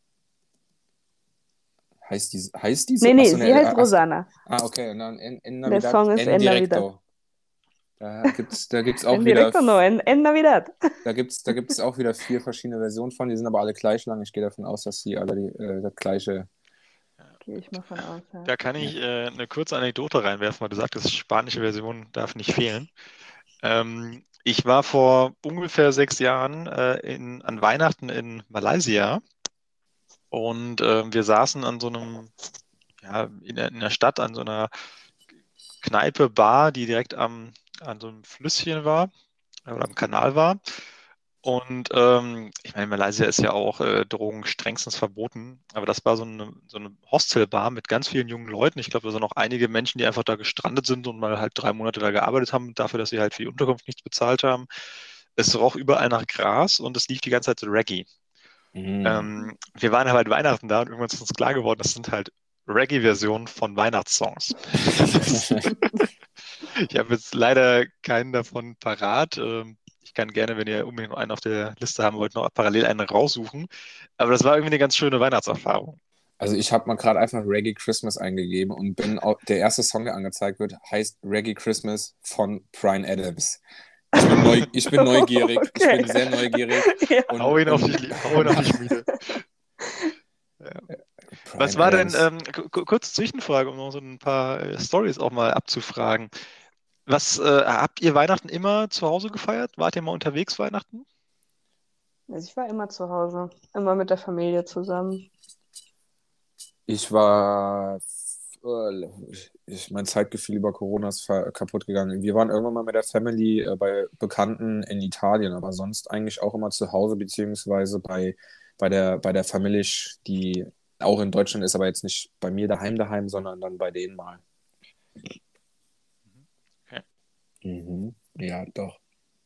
Heißt die, heißt die Nee, so? nee, Achso, sie ne, heißt ah, Rosana. ah, okay. Und dann en, en Der Navidad, Song ist en En Navidad. directo. Da gibt's, da gibt's auch En wieder, directo no, en, en Navidad. da gibt's, da gibt's auch wieder vier verschiedene Versionen von. Die sind aber alle gleich lang. Ich gehe davon aus, dass die alle die, äh, das gleiche. Gehe ich mal von aus, ja. Da kann Ja. ich äh, eine kurze Anekdote reinwerfen, weil du sagtest, spanische Version darf nicht fehlen. Ähm, ich war vor ungefähr sechs Jahren äh, in, an Weihnachten in Malaysia und äh, wir saßen an so einem, ja, in der, in der Stadt, an so einer Kneipe, Bar, die direkt am, an so einem Flüsschen war äh, oder am Kanal war. Und ähm, ich meine, Malaysia ist ja auch äh, Drogen strengstens verboten, aber das war so eine, so eine Hostelbar mit ganz vielen jungen Leuten. Ich glaube, da sind auch einige Menschen, die einfach da gestrandet sind und mal halt drei Monate da gearbeitet haben, dafür, dass sie halt für die Unterkunft nichts bezahlt haben. Es roch überall nach Gras und es lief die ganze Zeit so Reggae. Mhm. Ähm, wir waren halt Weihnachten da und irgendwann ist uns klar geworden, das sind halt Reggae-Versionen von Weihnachtssongs. Ich habe jetzt leider keinen davon parat. Ähm, Ich kann gerne, wenn ihr unbedingt noch einen auf der Liste haben wollt, noch parallel einen raussuchen. Aber das war irgendwie eine ganz schöne Weihnachtserfahrung. Also ich habe mal gerade einfach Reggae Christmas eingegeben und bin au- der erste Song, der angezeigt wird, heißt Reggae Christmas von Bryan Adams. Ich bin, neu, ich bin neugierig, ich Okay. bin sehr neugierig. Ja. Und, Hau ihn auf und die, hau ihn auf die Schmiede. Ja. Was Bryan war denn, Adams. ähm, ku- kurze Zwischenfrage, um noch so ein paar äh, Stories auch mal abzufragen. Was äh, habt ihr Weihnachten immer zu Hause gefeiert? Wart ihr mal unterwegs Weihnachten? Also ich war immer zu Hause, immer mit der Familie zusammen. Ich war, äh, ich, mein Zeitgefühl über Corona ist ver- kaputt gegangen. Wir waren irgendwann mal mit der Family äh, bei Bekannten in Italien, aber sonst eigentlich auch immer zu Hause, beziehungsweise bei, bei der, bei der Familie, die auch in Deutschland ist, aber jetzt nicht bei mir daheim daheim, sondern dann bei denen mal. Okay. Mhm. Ja, doch.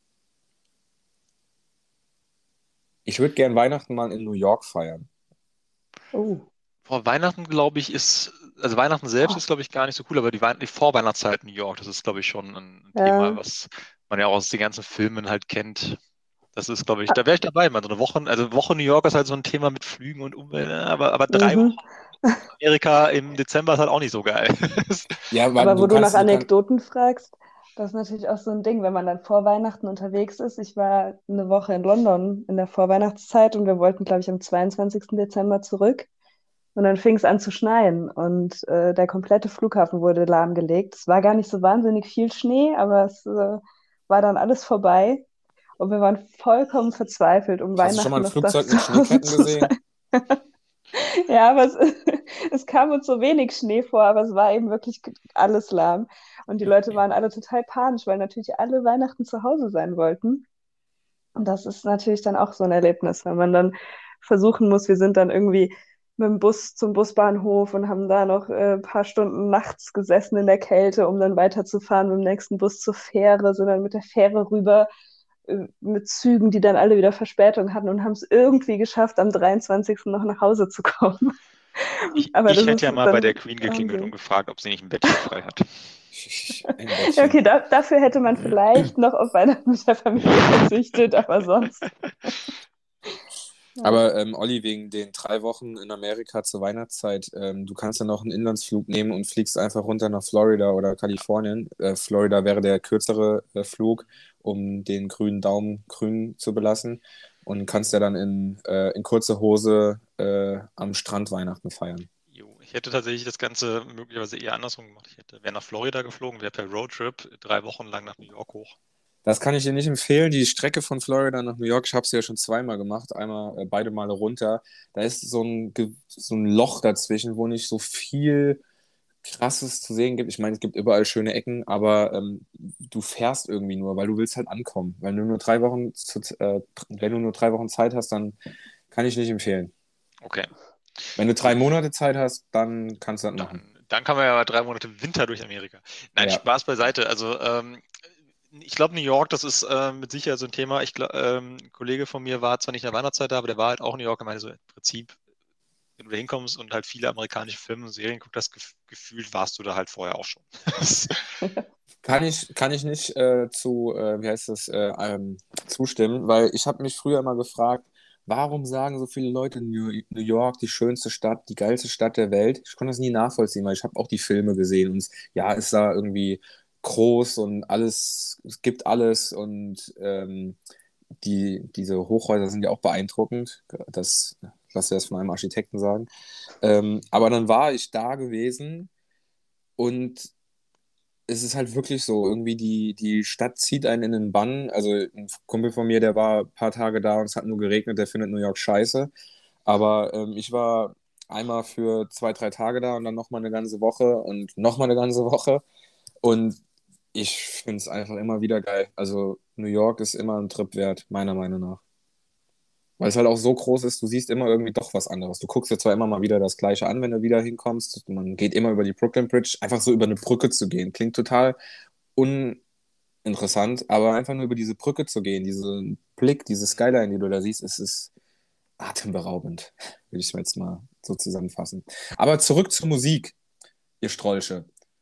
Ich würde gern Weihnachten mal in New York feiern. Oh. Vor Weihnachten, glaube ich, ist, also Weihnachten selbst Oh. ist, glaube ich, gar nicht so cool, aber die, Wei- die Vorweihnachtszeit in New York, das ist, glaube ich, schon ein Thema, Ja, was, man ja auch aus den ganzen Filmen halt kennt. Das ist, glaube ich, da wäre ich dabei. Mal so eine Woche, also Woche New York ist halt so ein Thema mit Flügen und Umwelt, ne? aber, aber drei Mhm. Wochen Amerika im Dezember ist halt auch nicht so geil. Ja, weil Aber du wo du nach kannst, du kannst, Anekdoten fragst, das ist natürlich auch so ein Ding, wenn man dann vor Weihnachten unterwegs ist. Ich war eine Woche in London in der Vorweihnachtszeit und wir wollten, glaube ich, am zweiundzwanzigsten Dezember zurück. Und dann fing es an zu schneien und äh, der komplette Flughafen wurde lahmgelegt. Es war gar nicht so wahnsinnig viel Schnee, aber es äh, war dann alles vorbei. Und wir waren vollkommen verzweifelt, um hast du schon mal Weihnachten ein noch doch Flugzeug mit zu Hause Schneeketten zu sein. gesehen? Ja, aber es, es kam uns so wenig Schnee vor, aber es war eben wirklich alles lahm. Und die Leute waren alle total panisch, weil natürlich alle Weihnachten zu Hause sein wollten. Und das ist natürlich dann auch so ein Erlebnis, wenn man dann versuchen muss, wir sind dann irgendwie mit dem Bus zum Busbahnhof und haben da noch äh, ein paar Stunden nachts gesessen in der Kälte, um dann weiterzufahren mit dem nächsten Bus zur Fähre, sind dann mit der Fähre rüber äh, mit Zügen, die dann alle wieder Verspätung hatten und haben es irgendwie geschafft, am dreiundzwanzigsten noch nach Hause zu kommen. Ich, Aber ich das hätte ist ja mal bei der dann Queen geklingelt und Wahnsinn. gefragt, ob sie nicht ein Bettchen frei hat. Ein Ja, Bettchen. okay, da, dafür hätte man vielleicht noch auf Weihnachten mit der Familie verzichtet, aber sonst. Ja. Aber ähm, Olli, wegen den drei Wochen in Amerika zur Weihnachtszeit, ähm, du kannst ja noch einen Inlandsflug nehmen und fliegst einfach runter nach Florida oder Kalifornien. Äh, Florida wäre der kürzere äh, Flug, um den grünen Daumen grün zu belassen. Und kannst ja dann in, äh, in kurze Hose äh, am Strand Weihnachten feiern. Jo, ich hätte tatsächlich das Ganze möglicherweise eher andersrum gemacht. Ich hätte, wäre nach Florida geflogen, wäre per Roadtrip drei Wochen lang nach New York hoch. Das kann ich dir nicht empfehlen. Die Strecke von Florida nach New York, ich habe sie ja schon zweimal gemacht, einmal äh, beide Male runter. Da ist so ein, Ge- so ein Loch dazwischen, wo nicht so viel Krasses zu sehen gibt. Ich meine, es gibt überall schöne Ecken, aber ähm, du fährst irgendwie nur, weil du willst halt ankommen. Wenn du nur drei Wochen, zu, äh, wenn du nur drei Wochen Zeit hast, dann kann ich nicht empfehlen. Okay, Wenn du drei gut. Monate Zeit hast, dann kannst du das machen. Dann, dann kann man ja drei Monate Winter durch Amerika. Nein, Ja. Spaß beiseite. Also ähm, ich glaube, New York, das ist äh, mit Sicherheit so ein Thema. Ich glaub, ähm, ein Kollege von mir war zwar nicht in der Weihnachtszeit da, aber der war halt auch in New York. Er meinte so im Prinzip, wenn du da hinkommst und halt viele amerikanische Filme und Serien guckst, das gef gefühlt warst du da halt vorher auch schon. Kann ich, kann ich nicht äh, zu, äh, wie heißt das, äh, ähm, zustimmen, weil ich habe mich früher immer gefragt, warum sagen so viele Leute New, New York die schönste Stadt, die geilste Stadt der Welt? Ich konnte das nie nachvollziehen, weil ich habe auch die Filme gesehen und es- ja, ist da irgendwie groß und alles, es gibt alles und ähm, die, diese Hochhäuser sind ja auch beeindruckend. Das lass dir das von einem Architekten sagen. Ähm, aber dann war ich da gewesen und es ist halt wirklich so, irgendwie die, die Stadt zieht einen in den Bann. Also ein Kumpel von mir, der war ein paar Tage da und es hat nur geregnet, der findet New York scheiße. Aber ähm, ich war einmal für zwei, drei Tage da und dann nochmal eine ganze Woche und nochmal eine ganze Woche. Und ich finde es einfach immer wieder geil. Also New York ist immer ein Trip wert, meiner Meinung nach. Weil es halt auch so groß ist, du siehst immer irgendwie doch was anderes. Du guckst dir zwar immer mal wieder das Gleiche an, wenn du wieder hinkommst. Man geht immer über die Brooklyn Bridge. Einfach so über eine Brücke zu gehen, klingt total uninteressant, aber einfach nur über diese Brücke zu gehen, diesen Blick, diese Skyline, die du da siehst, es ist atemberaubend, würde ich jetzt mal so zusammenfassen. Aber zurück zur Musik, ihr Strolche.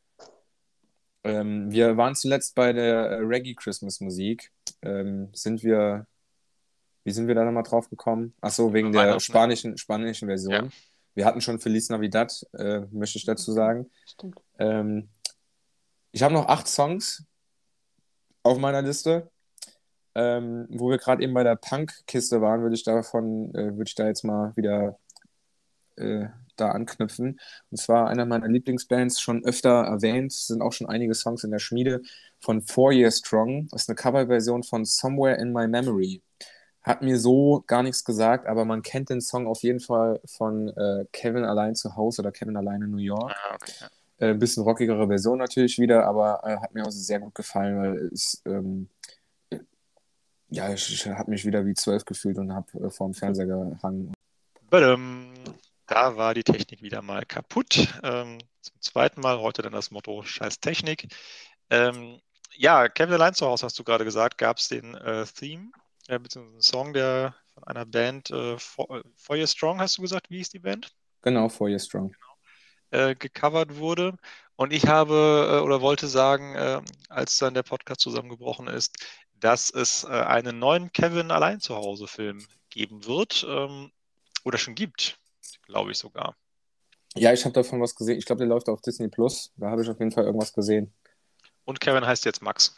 Ähm, wir waren zuletzt bei der äh, Reggae Christmas Musik. Ähm, sind wir Wie sind wir da nochmal drauf gekommen? Ach so, wegen Über der Weihnachten, ne? spanischen, spanischen Ja. Version. Wir hatten schon Feliz Navidad, äh, möchte ich dazu sagen. Stimmt. Ähm, ich habe noch acht Songs auf meiner Liste. Ähm, wo wir gerade eben bei der Punk-Kiste waren, würde ich davon, äh, würde ich da jetzt mal wieder äh, da anknüpfen. Und zwar einer meiner Lieblingsbands, schon öfter erwähnt, sind auch schon einige Songs in der Schmiede von Four Year Strong. Das ist eine Coverversion von Somewhere in My Memory. Hat mir so gar nichts gesagt, aber man kennt den Song auf jeden Fall von äh, Kevin allein zu Hause oder Kevin allein in New York. Ah, okay, ja. Äh, ein bisschen rockigere Version natürlich wieder, aber äh, hat mir auch sehr gut gefallen, weil es ähm, ja, ich, ich habe mich wieder wie zwölf gefühlt und habe äh, vor dem Fernseher gehangen. Badum. Da war die Technik wieder mal kaputt. Ähm, zum zweiten Mal heute dann das Motto Scheiß Technik. Ähm, ja, Kevin allein zu Hause hast du gerade gesagt, gab es den äh, Theme, äh, beziehungsweise einen Song, der von einer Band, äh, For- äh, Feuer Strong, hast du gesagt, wie hieß die Band? Genau, Four Year Strong. Äh, gecovert wurde. Und ich habe äh, oder wollte sagen, äh, als dann der Podcast zusammengebrochen ist, dass es äh, einen neuen Kevin allein zu Hause Film geben wird ähm, oder schon gibt, glaube ich sogar. Ja, ich habe davon was gesehen. Ich glaube, der läuft auf Disney Plus. Da habe ich auf jeden Fall irgendwas gesehen. Und Kevin heißt jetzt Max.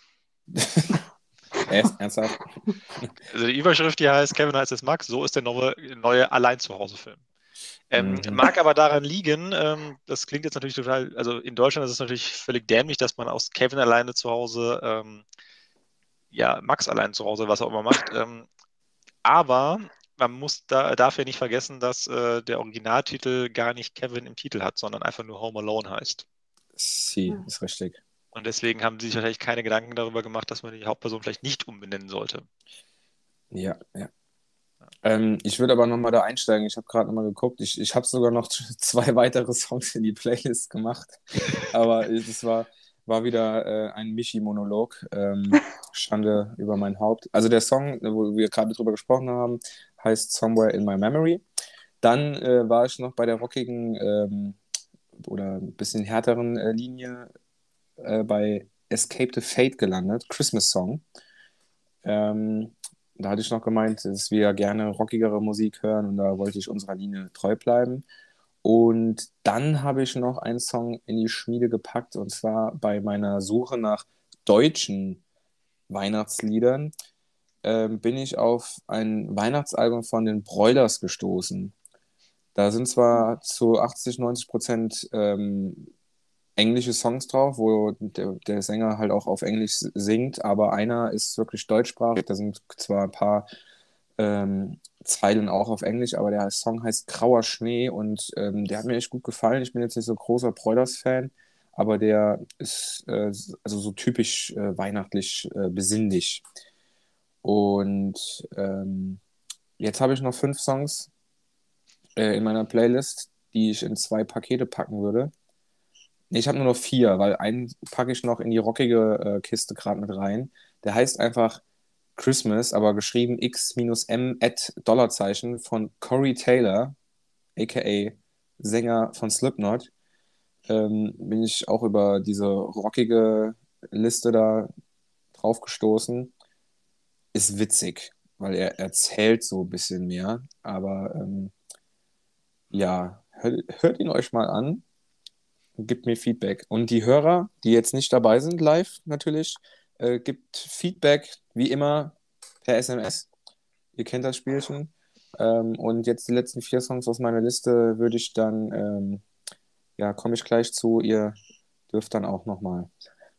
Erst, ernsthaft? Also die Überschrift hier heißt, Kevin heißt jetzt Max, so ist der neue, neue allein zu Hause Film. Ähm, Mhm. mag aber daran liegen, ähm, das klingt jetzt natürlich total, also in Deutschland ist es natürlich völlig dämlich, dass man aus Kevin alleine zu Hause, ähm, ja, Max allein zu Hause, was auch immer macht. Ähm, aber man muss da, darf ja nicht vergessen, dass äh, der Originaltitel gar nicht Kevin im Titel hat, sondern einfach nur Home Alone heißt. Sie, Hm. ist richtig. Und deswegen haben sie sich wahrscheinlich keine Gedanken darüber gemacht, dass man die Hauptperson vielleicht nicht umbenennen sollte. Ja, ja. Ähm, ich würde aber nochmal da einsteigen. Ich habe gerade nochmal geguckt. Ich, ich habe sogar noch zwei weitere Songs in die Playlist gemacht. Aber es war, war wieder äh, ein Michi-Monolog. Ähm, Schande über mein Haupt. Also der Song, wo wir gerade drüber gesprochen haben, heißt Somewhere in My Memory. Dann äh, war ich noch bei der rockigen ähm, oder ein bisschen härteren äh, Linie äh, bei Escape the Fate gelandet. Christmas Song. Ähm, Da hatte ich noch gemeint, dass wir gerne rockigere Musik hören und da wollte ich unserer Linie treu bleiben. Und dann habe ich noch einen Song in die Schmiede gepackt und zwar bei meiner Suche nach deutschen Weihnachtsliedern ähm, bin ich auf ein Weihnachtsalbum von den Broilers gestoßen. Da sind zwar zu achtzig, neunzig Prozent ähm, englische Songs drauf, wo der, der Sänger halt auch auf Englisch singt, aber einer ist wirklich deutschsprachig. Da sind zwar ein paar ähm, Zeilen auch auf Englisch, aber der Song heißt Grauer Schnee und ähm, der hat mir echt gut gefallen. Ich bin jetzt nicht so großer Broilers-Fan, aber der ist äh, also so typisch äh, weihnachtlich äh, besinnlich. Und ähm, jetzt habe ich noch fünf Songs äh, in meiner Playlist, die ich in zwei Pakete packen würde. Nee, ich habe nur noch vier, weil einen packe ich noch in die rockige äh, Kiste gerade mit rein. Der heißt einfach Christmas, aber geschrieben X-M at Dollarzeichen von Corey Taylor, aka Sänger von Slipknot. Ähm, bin ich auch über diese rockige Liste da drauf gestoßen. Ist witzig, weil er erzählt so ein bisschen mehr. Aber ähm, ja, hört, hört ihn euch mal an. Gibt mir Feedback. Und die Hörer, die jetzt nicht dabei sind, live natürlich, äh, gibt Feedback wie immer per S M S. Ihr kennt das Spielchen. Ähm, und jetzt die letzten vier Songs aus meiner Liste würde ich dann, ähm, ja, komme ich gleich zu. Ihr dürft dann auch nochmal,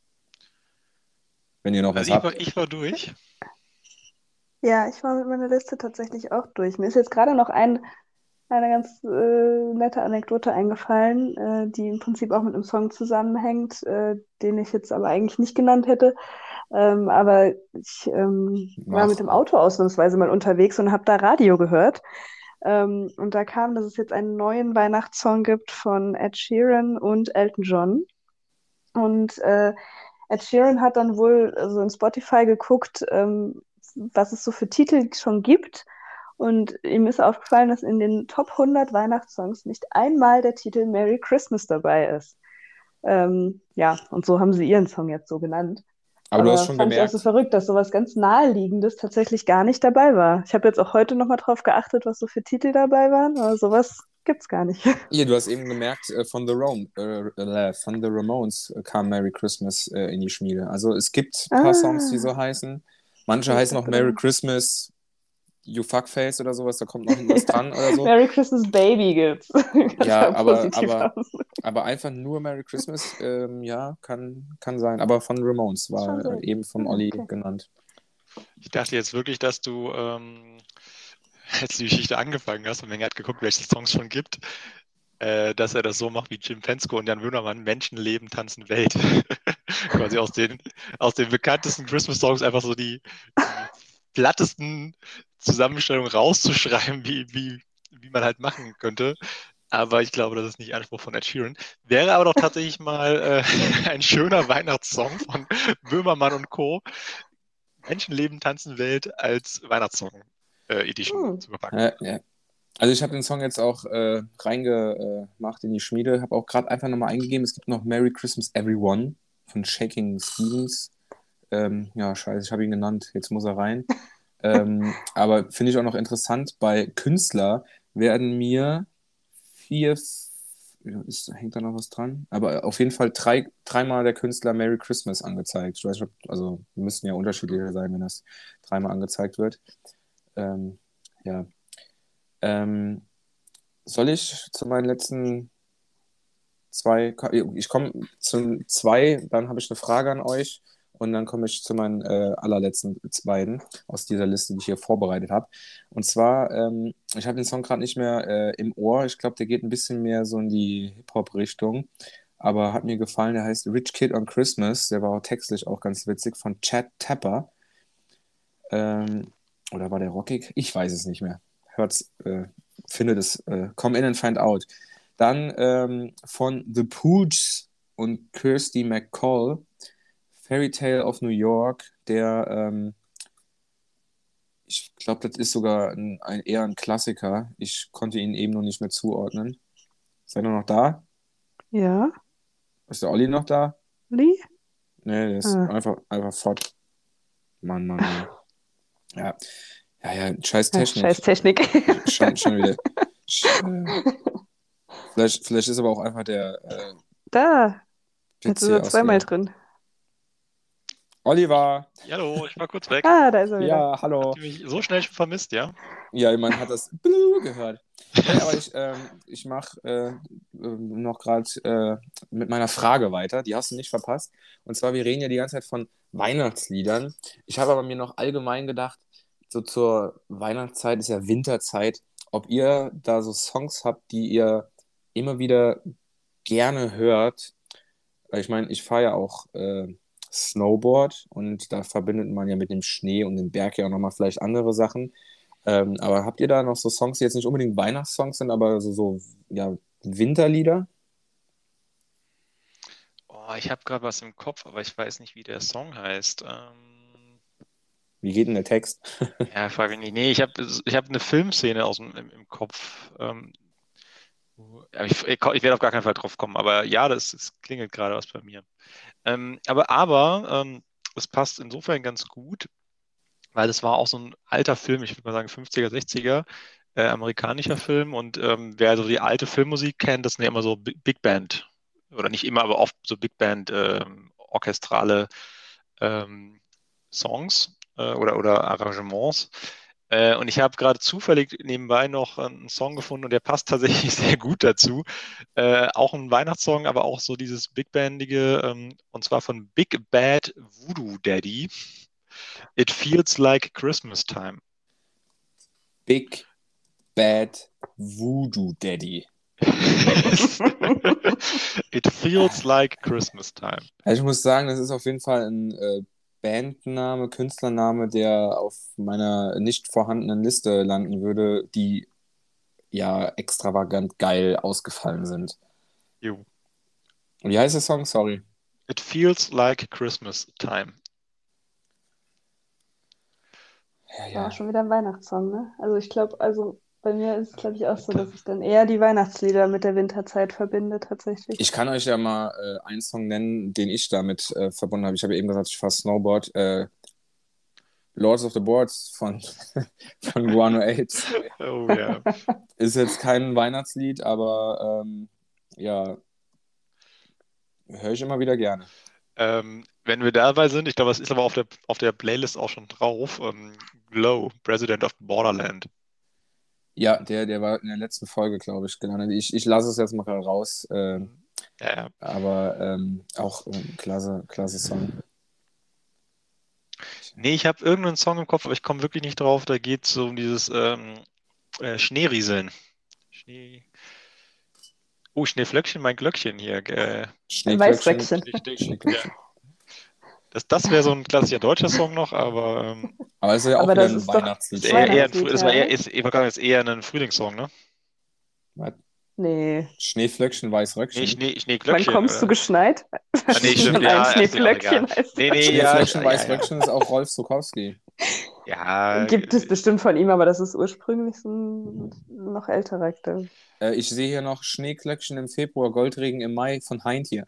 wenn ihr noch was Also ich war, habt. ich war durch. Ja, ich war mit meiner Liste tatsächlich auch durch. Mir ist jetzt gerade noch ein, eine ganz äh, nette Anekdote eingefallen, äh, die im Prinzip auch mit einem Song zusammenhängt, äh, den ich jetzt aber eigentlich nicht genannt hätte. Ähm, aber ich ähm, war mit Mach. dem Auto ausnahmsweise mal unterwegs und habe da Radio gehört. Ähm, und da kam, dass es jetzt einen neuen Weihnachtssong gibt von Ed Sheeran und Elton John. Und äh, Ed Sheeran hat dann wohl so in Spotify geguckt, ähm, was es so für Titel schon gibt. Und ihm ist aufgefallen, dass in den Top hundert Weihnachtssongs nicht einmal der Titel Merry Christmas dabei ist. Ähm, ja, und so haben sie ihren Song jetzt so genannt. Aber du hast Aber schon fand ich auch so gemerkt, verrückt, dass sowas ganz Naheliegendes tatsächlich gar nicht dabei war. Ich habe jetzt auch heute nochmal drauf geachtet, was so für Titel dabei waren, aber sowas gibt's gar nicht. hier, du hast eben gemerkt, äh, von, The Rom äh, äh, von The Ramones äh, kam Merry Christmas äh, in die Schmiede. Also es gibt ein paar Songs, die so Ah, heißen. Manche ich heißen auch dachte, Merry da- Christmas, You Fuckface oder sowas, da kommt noch was dran oder so. Merry Christmas Baby gibt's. Kannst Ja, ja aber, positiv aber, aus. aber einfach nur Merry Christmas, ähm, ja, kann, kann sein. Aber von Ramones Ist schon war sehr äh, eben Ah, vom Olli okay. genannt. Ich dachte jetzt wirklich, dass du, ähm, als du die Geschichte angefangen hast und man hat geguckt, welche Songs schon gibt, äh, dass er das so macht wie Jim Fensko und Jan Böhmermann, Menschen leben, tanzen, Welt. Quasi aus den, aus den bekanntesten Christmas-Songs einfach so die, die plattesten Zusammenstellungen rauszuschreiben, wie, wie, wie man halt machen könnte. Aber ich glaube, das ist nicht Anspruch von Ed Sheeran. Wäre aber doch tatsächlich mal äh, ein schöner Weihnachtssong von Böhmermann und Co. Menschen leben, tanzen, Welt als Weihnachtssong äh, Edition Hm. zu verpacken. Äh, ja. Also ich habe den Song jetzt auch äh, reingemacht in die Schmiede, habe auch gerade einfach nochmal eingegeben, es gibt noch Merry Christmas Everyone von Shaking Stevens. Ähm, ja, scheiße, ich habe ihn genannt, jetzt muss er rein. Ähm, aber finde ich auch noch interessant, bei Künstler werden mir vier, ist, hängt da noch was dran? Aber auf jeden Fall drei, dreimal der Künstler Merry Christmas angezeigt. Ich weiß nicht, ob, also müssten ja unterschiedliche sein, wenn das dreimal angezeigt wird. Ähm, ja. Ähm, soll ich zu meinen letzten zwei, ich komme zu zwei, dann habe ich eine Frage an euch und dann komme ich zu meinen äh, allerletzten beiden aus dieser Liste, die ich hier vorbereitet habe. Und zwar, ähm, ich habe den Song gerade nicht mehr äh, im Ohr. Ich glaube, der geht ein bisschen mehr so in die Hip-Hop-Richtung, aber hat mir gefallen. Der heißt Rich Kid on Christmas. Der war auch textlich auch ganz witzig von Chad Tapper. Ähm, oder war der rockig? Ich weiß es nicht mehr. Hört's, äh, findet es, äh, come in and find out. Dann ähm, von The Pooges und Kirsty McCall, Fairy Tale of New York, der, ähm, ich glaube, das ist sogar ein, ein, eher ein Klassiker. Ich konnte ihn eben noch nicht mehr zuordnen. Seid ihr noch da? Ja, Ist der Olli noch da? Lee? Nee, der ist Ah, einfach, einfach fort. Mann, Mann, Mann. Ja, ja, ja, scheiß ja, scheiß Technik. Technik. Schon, schon wieder. Sch- äh, vielleicht, vielleicht ist aber auch einfach der äh, Da, jetzt ist P C er zweimal ausgegangen. drin. Oliver! Ja, hallo, ich war kurz weg. Ah, da ist er wieder. Ja, Habt hallo. ihr mich so schnell schon vermisst, ja? Ja, man hat das Blue gehört. Nee, aber ich, ähm, ich mache äh, ähm, noch gerade äh, mit meiner Frage weiter. Die hast du nicht verpasst. Und zwar, wir reden ja die ganze Zeit von Weihnachtsliedern. Ich habe aber mir noch allgemein gedacht, so zur Weihnachtszeit ist ja Winterzeit, ob ihr da so Songs habt, die ihr immer wieder gerne hört. Weil ich meine, ich fahre ja auch äh, Snowboard und da verbindet man ja mit dem Schnee und dem Berg ja auch nochmal vielleicht andere Sachen. Ähm, aber habt ihr da noch so Songs, die jetzt nicht unbedingt Weihnachtssongs sind, aber so, so ja, Winterlieder? Oh, ich habe gerade was im Kopf, aber ich weiß nicht, wie der Song heißt. Ähm, Wie geht denn der Text? ja, frage mich nicht. Nee, ich habe ich hab eine Filmszene aus dem, im, im Kopf. Ähm, aber ich, ich, ich werde auf gar keinen Fall drauf kommen, aber ja, das, das klingelt gerade was bei mir. Ähm, aber aber ähm, es passt insofern ganz gut, weil das war auch so ein alter Film, ich würde mal sagen fünfziger, sechziger, äh, amerikanischer Film. Und ähm, wer so die alte Filmmusik kennt, das sind ja immer so Bi- Big Band, oder nicht immer, aber oft so Big Band ähm, orchestrale ähm, Songs äh, oder, oder Arrangements. Äh, und ich habe gerade zufällig nebenbei noch einen Song gefunden und der passt tatsächlich sehr gut dazu. Äh, auch ein Weihnachtssong, aber auch so dieses Big Bandige, ähm, und zwar von Big Bad Voodoo Daddy. It feels like Christmas time. Big Bad Voodoo Daddy. It feels like Christmas time. Also ich muss sagen, das ist auf jeden Fall ein äh, Bandname, Künstlername, der auf meiner nicht vorhandenen Liste landen würde, die ja extravagant geil ausgefallen sind. Jo. Und wie heißt der Song? Sorry. It feels like Christmas time. Ja, War auch ja. schon wieder ein Weihnachtssong, ne? Also ich glaube, also bei mir ist es, glaube ich, auch so, dass ich dann eher die Weihnachtslieder mit der Winterzeit verbinde, tatsächlich. Ich kann euch ja mal äh, einen Song nennen, den ich damit äh, verbunden habe. Ich habe ja eben gesagt, ich fahre Snowboard. Äh, Lords of the Boards von, von Guano Apes. Oh ja. Ist jetzt kein Weihnachtslied, aber ähm, ja, höre ich immer wieder gerne. Ähm, wenn wir dabei sind, ich glaube, es ist aber auf der, auf der Playlist auch schon drauf. Ähm, Glow, President of Borderland. Ja, der, der war in der letzten Folge, glaube ich, gelandet. Ich, ich lasse es jetzt mal raus, äh, Mhm. Ja, ja. aber ähm, auch ähm, klasse, klasse Song. Nee, ich habe irgendeinen Song im Kopf, aber ich komme wirklich nicht drauf. Da geht es so um dieses ähm, äh, Schneerieseln. Schnee. Oh, Schneeflöckchen, mein Glöckchen hier. Äh, Schneeglöckchen, Weißwechseln. richtig. Ja. Schneeglöckchen. Das, das wäre so ein klassischer deutscher Song noch, aber ähm, Aber es ist ja auch Aber wieder das ein ist doch ist Weihnachtslied eher, schon, eher ein, oder? Früh- Weihnachtslied, das war ja, eher, oder? ist, ich wollte sagen, ist eher ein Frühlingssong, ne? Was? Nee. Schneeflöckchen, Weißröckchen. Nee, Schnee, Wann Schneeglöckchen. kommst du Oder? geschneit? Ah, nee, stimmt, Nein, ja, ist ja auch Schneeflöckchen egal. heißt Nee, das. nee, ja, Schneeflöckchen, ja, ja. Weißröckchen ist auch Rolf Zukowski. Ja, Gibt es äh, bestimmt von ihm, aber das ist ursprünglich so ein noch älterer, glaube ich. Äh, ich sehe hier noch Schneeglöckchen im Februar, Goldregen im Mai von Heintje.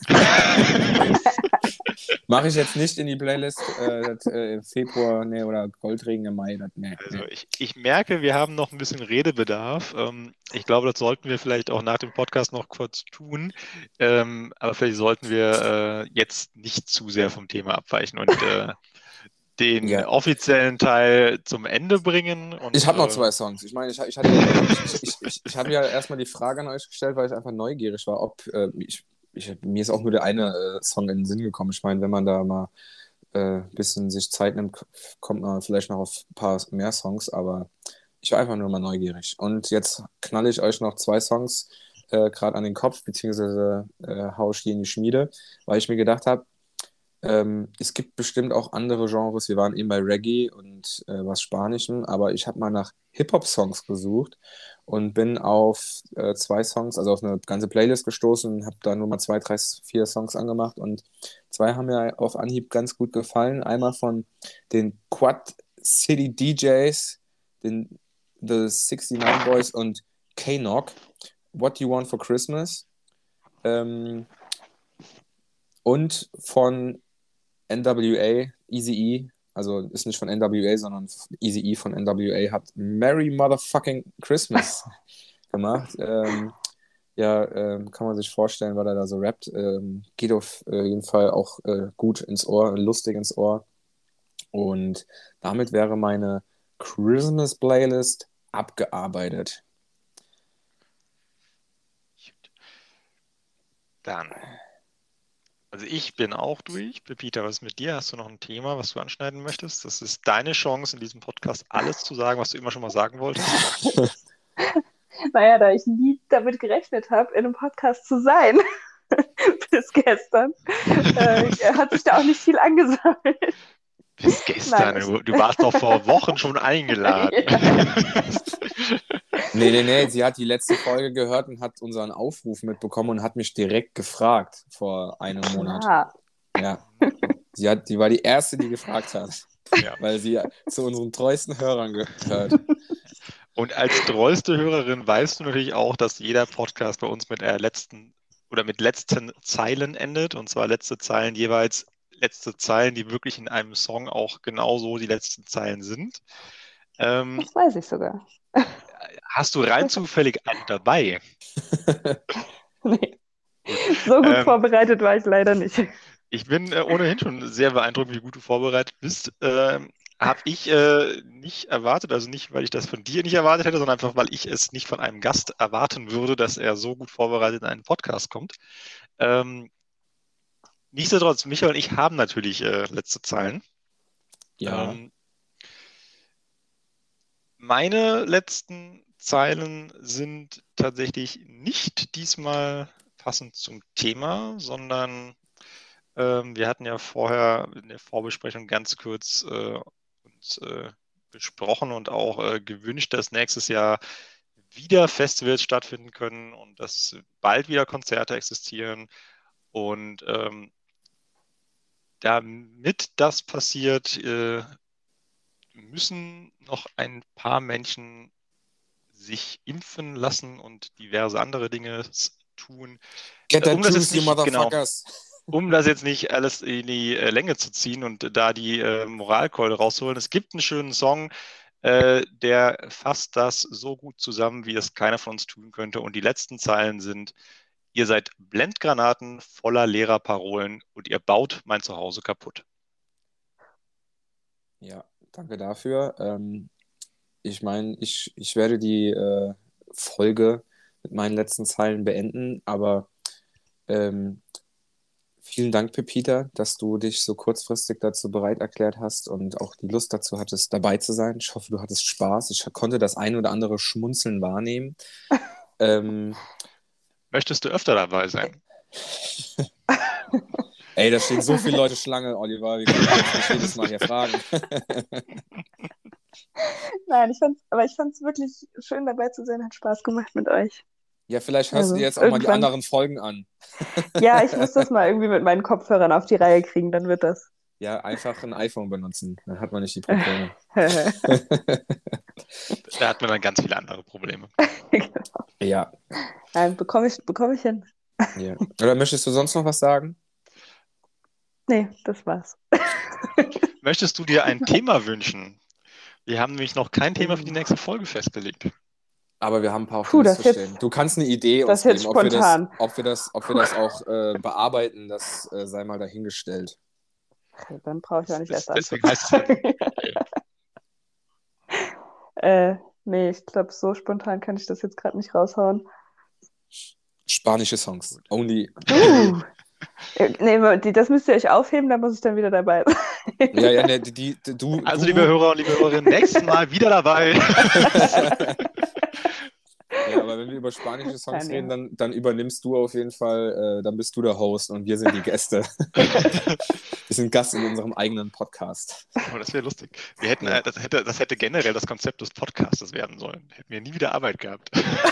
Mache ich jetzt nicht in die Playlist. Äh, das, äh, Februar, nee, oder Goldregen im Mai. Das, nee, also nee. ich, ich merke, wir haben noch ein bisschen Redebedarf. Ähm, ich glaube, das sollten wir vielleicht auch nach dem Podcast noch kurz tun. Ähm, aber vielleicht sollten wir äh, jetzt nicht zu sehr vom Thema abweichen und äh, den Ja. offiziellen Teil zum Ende bringen. Und, Ich habe noch äh, zwei Songs. Ich meine, ich, ich, hatte, ich, ich, ich, ich habe ja erstmal die Frage an euch gestellt, weil ich einfach neugierig war, ob äh, ich, ich, mir ist auch nur der eine äh, Song in den Sinn gekommen. Ich meine, wenn man da mal ein äh, bisschen sich Zeit nimmt, kommt man vielleicht noch auf ein paar mehr Songs, aber ich war einfach nur mal neugierig. Und jetzt knalle ich euch noch zwei Songs äh, gerade an den Kopf, beziehungsweise äh, hau ich die in die Schmiede, weil ich mir gedacht habe, ähm, es gibt bestimmt auch andere Genres. Wir waren eben bei Reggae und äh, was Spanischem, aber ich habe mal nach Hip-Hop-Songs gesucht und bin auf äh, zwei Songs, also auf eine ganze Playlist gestoßen und habe da nur mal zwei, drei, vier Songs angemacht und zwei haben mir auf Anhieb ganz gut gefallen. Einmal von den Quad City D Js, den The sixty-nine Boys und K-Knock, What You Want for Christmas. Ähm, und von N W A, Eazy-E, also ist nicht von N W A, sondern Eazy-E von N W A hat Merry Motherfucking Christmas gemacht. Ähm, ja, ähm, kann man sich vorstellen, weil er da so rappt. Ähm, geht auf äh, jeden Fall auch äh, gut ins Ohr, lustig ins Ohr. Und damit wäre meine Christmas-Playlist abgearbeitet. dann. Also ich bin auch durch. Pepita, was ist mit dir? Hast du noch ein Thema, was du anschneiden möchtest? Das ist deine Chance, in diesem Podcast alles zu sagen, was du immer schon mal sagen wolltest. Naja, da ich nie damit gerechnet habe, in einem Podcast zu sein, bis gestern, äh, hat sich da auch nicht viel angesammelt. Bis gestern. Nein, du, du warst doch vor Wochen schon eingeladen. Nee, nee, nee, sie hat die letzte Folge gehört und hat unseren Aufruf mitbekommen und hat mich direkt gefragt vor einem Monat. Ah, Ja, sie hat, die war die Erste, die gefragt hat, Ja. weil sie zu unseren treuesten Hörern gehört. Und als treueste Hörerin weißt du natürlich auch, dass jeder Podcast bei uns mit der letzten oder mit letzten Zeilen endet. Und zwar letzte Zeilen jeweils letzte Zeilen, die wirklich in einem Song auch genauso die letzten Zeilen sind. Ähm, das weiß ich sogar. hast du rein zufällig einen dabei? Nee. So gut Ähm, vorbereitet war ich leider nicht. Ich bin äh, ohnehin schon sehr beeindruckt, wie gut du vorbereitet bist. Ähm, habe ich äh, nicht erwartet, also nicht, weil ich das von dir nicht erwartet hätte, sondern einfach, weil ich es nicht von einem Gast erwarten würde, dass er so gut vorbereitet in einen Podcast kommt. Ähm, nichtsdestotrotz, Michael und ich haben natürlich äh, letzte Zeilen. Ja, Ähm, meine letzten Zeilen sind tatsächlich nicht diesmal passend zum Thema, sondern ähm, wir hatten ja vorher in der Vorbesprechung ganz kurz äh, uns äh, besprochen und auch äh, gewünscht, dass nächstes Jahr wieder Festivals stattfinden können und dass bald wieder Konzerte existieren. Und ähm, damit das passiert, äh, müssen noch ein paar Menschen sich impfen lassen und diverse andere Dinge tun. get Äh, that um das jetzt juice, you nicht genau, motherfuckers. um das jetzt nicht alles in die äh, Länge zu ziehen und da die äh, Moralkeule rauszuholen. Es gibt einen schönen Song, äh, der fasst das so gut zusammen, wie es keiner von uns tun könnte. Und die letzten Zeilen sind: Ihr seid Blendgranaten voller leerer Parolen und ihr baut mein Zuhause kaputt. Ja, danke dafür. Ähm, ich meine, ich, ich werde die äh, Folge mit meinen letzten Zeilen beenden, aber ähm, vielen Dank, Pepita, dass du dich so kurzfristig dazu bereit erklärt hast und auch die Lust dazu hattest, dabei zu sein. Ich hoffe, du hattest Spaß. Ich konnte das ein oder andere Schmunzeln wahrnehmen. Ähm, Möchtest du öfter dabei sein? ey, da stehen so viele Leute Schlange, Oliver. Wir können jetzt nicht jedes Mal hier fragen. Nein, ich fand's, aber ich fand es wirklich schön dabei zu sein, hat Spaß gemacht mit euch. Ja, vielleicht hörst Also, du dir jetzt auch mal die irgendwann. anderen Folgen an. Ja, ich muss das mal irgendwie mit meinen Kopfhörern auf die Reihe kriegen, dann wird das. Ja, einfach ein iPhone benutzen. Dann hat man nicht die Probleme. Da hat man dann ganz viele andere Probleme. Genau. Ja. Nein, bekomme ich, bekomme ich hin. ja. Oder möchtest du sonst noch was sagen? Nee, das war's. Möchtest du dir ein Thema wünschen? Wir haben nämlich noch kein Thema für die Oh. nächste Folge festgelegt. Aber wir haben ein paar auf Puh, der das Liste jetzt- stehen. Du kannst eine Idee das uns jetzt geben, ob wir das, spontan. ob wir das, ob wir das auch äh, bearbeiten, das äh, sei mal dahingestellt. Okay, dann brauche ich auch nicht Das- erst deswegen heißt es anzufangen. äh, nee, ich glaube, so spontan kann ich das jetzt gerade nicht raushauen. Spanische Songs. Only. Uh. Äh, nee, die, das müsst ihr euch aufheben, da muss ich dann wieder dabei sein. Ja, ja, ne, die, die, du. Also, du, liebe Hörer und liebe Hörerinnen, nächstes Mal wieder dabei. Ja, aber wenn wir über spanische Songs Ja, nee. reden, dann, dann übernimmst du auf jeden Fall, äh, dann bist du der Host und wir sind die Gäste. Wir sind Gast in unserem eigenen Podcast. Oh, das wäre lustig. Wir hätten, Ja. äh, das, hätte, das hätte generell das Konzept des Podcastes werden sollen. Hätten wir nie wieder Arbeit gehabt.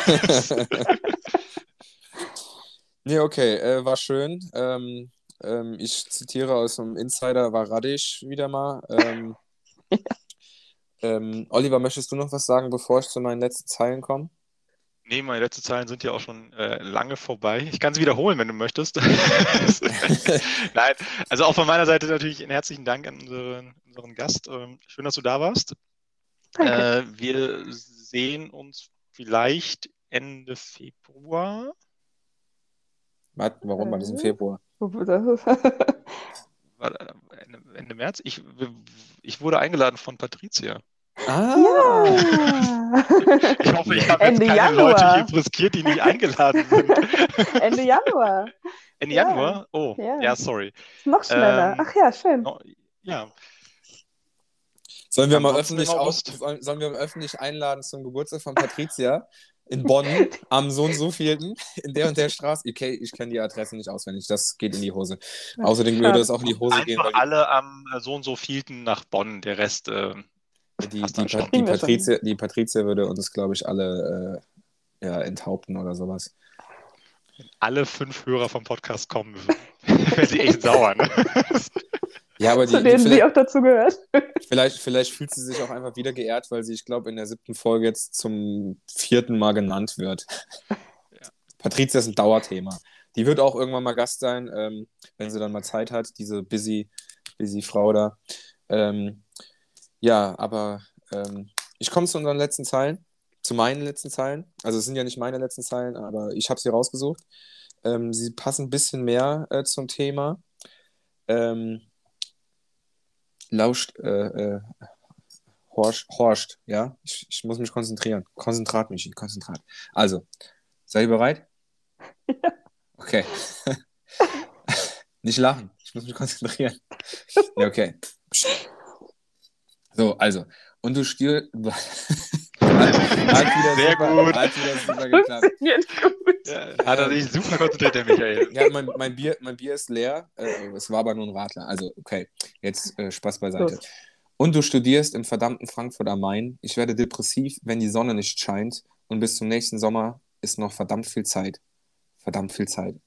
Nee, okay, äh, war schön. Ähm, ähm, ich zitiere aus einem Insider, war Radisch wieder mal. Ähm, ähm, Oliver, möchtest du noch was sagen, bevor ich zu meinen letzten Zeilen komme? Nee, meine letzten Zahlen sind ja auch schon äh, lange vorbei. Ich kann sie wiederholen, wenn du möchtest. Nein, also auch von meiner Seite natürlich einen herzlichen Dank an unseren, unseren Gast. Ähm, schön, dass du da warst. Danke. Äh, wir sehen uns vielleicht Ende Februar. Warte, warum war das im Äh? Februar? Das ist War, äh, Ende, Ende März. Ich, ich wurde eingeladen von Patricia. Ah! ja. Ich hoffe, ich habe jetzt Ende keine Januar. Leute hier brüskiert, die nicht eingeladen sind. Ende Januar. Ende Ja. Januar? Oh, Ja. ja, sorry. Noch schneller. Ähm, Ach ja, schön. No, ja, Sollen wir mal Ansonsten öffentlich, im aus, August. sollen, sollen wir öffentlich einladen zum Geburtstag von Patricia in Bonn am so und so vielten in der und der Straße? Okay, ich kenne die Adresse nicht auswendig, das geht in die Hose. Außerdem würde Schade. das auch in die Hose gehen, einfach weil alle am äh, so und so vielten nach Bonn. Der Rest, äh, die, die, passt die, dann schon. die, Kriegen wir schon. Patrizia, die Patrizia würde uns, glaube ich, alle äh, ja, enthaupten oder sowas. alle fünf Hörer vom Podcast kommen, wäre sie echt sauer. Ne? Ja, aber die, Zu die denen sie vielleicht, auch dazu gehört. vielleicht, vielleicht fühlt sie sich auch einfach wieder geehrt, weil sie, ich glaube, in der siebten Folge jetzt zum vierten Mal genannt wird. Ja. Patricia ist ein Dauerthema. Die wird auch irgendwann mal Gast sein, ähm, wenn sie dann mal Zeit hat, diese busy, busy Frau da. Ähm, ja, aber ähm, ich komme zu unseren letzten Zeilen, zu meinen letzten Zeilen. Also es sind ja nicht meine letzten Zeilen, aber ich habe sie rausgesucht. Ähm, sie passen ein bisschen mehr äh, zum Thema. Ähm, lauscht, äh, äh, horcht, horcht, ja? Ich, ich muss mich konzentrieren. Konzentrat, Michi, konzentrat. Also, seid ihr bereit? Ja. Okay. Nicht lachen, ich muss mich konzentrieren. Ja, okay. So, also. Und du stierst. Sehr gut. Hat wieder super geklappt. Funktioniert gut. Ja, hat er sich super konzentriert, der Michael. Ja, mein, mein, Bier, mein Bier ist leer. Äh, es war aber nur ein Radler. Also, okay. Jetzt äh, Spaß beiseite. Los. Und du studierst im verdammten Frankfurt am Main. Ich werde depressiv, wenn die Sonne nicht scheint. Und bis zum nächsten Sommer ist noch verdammt viel Zeit. Verdammt viel Zeit.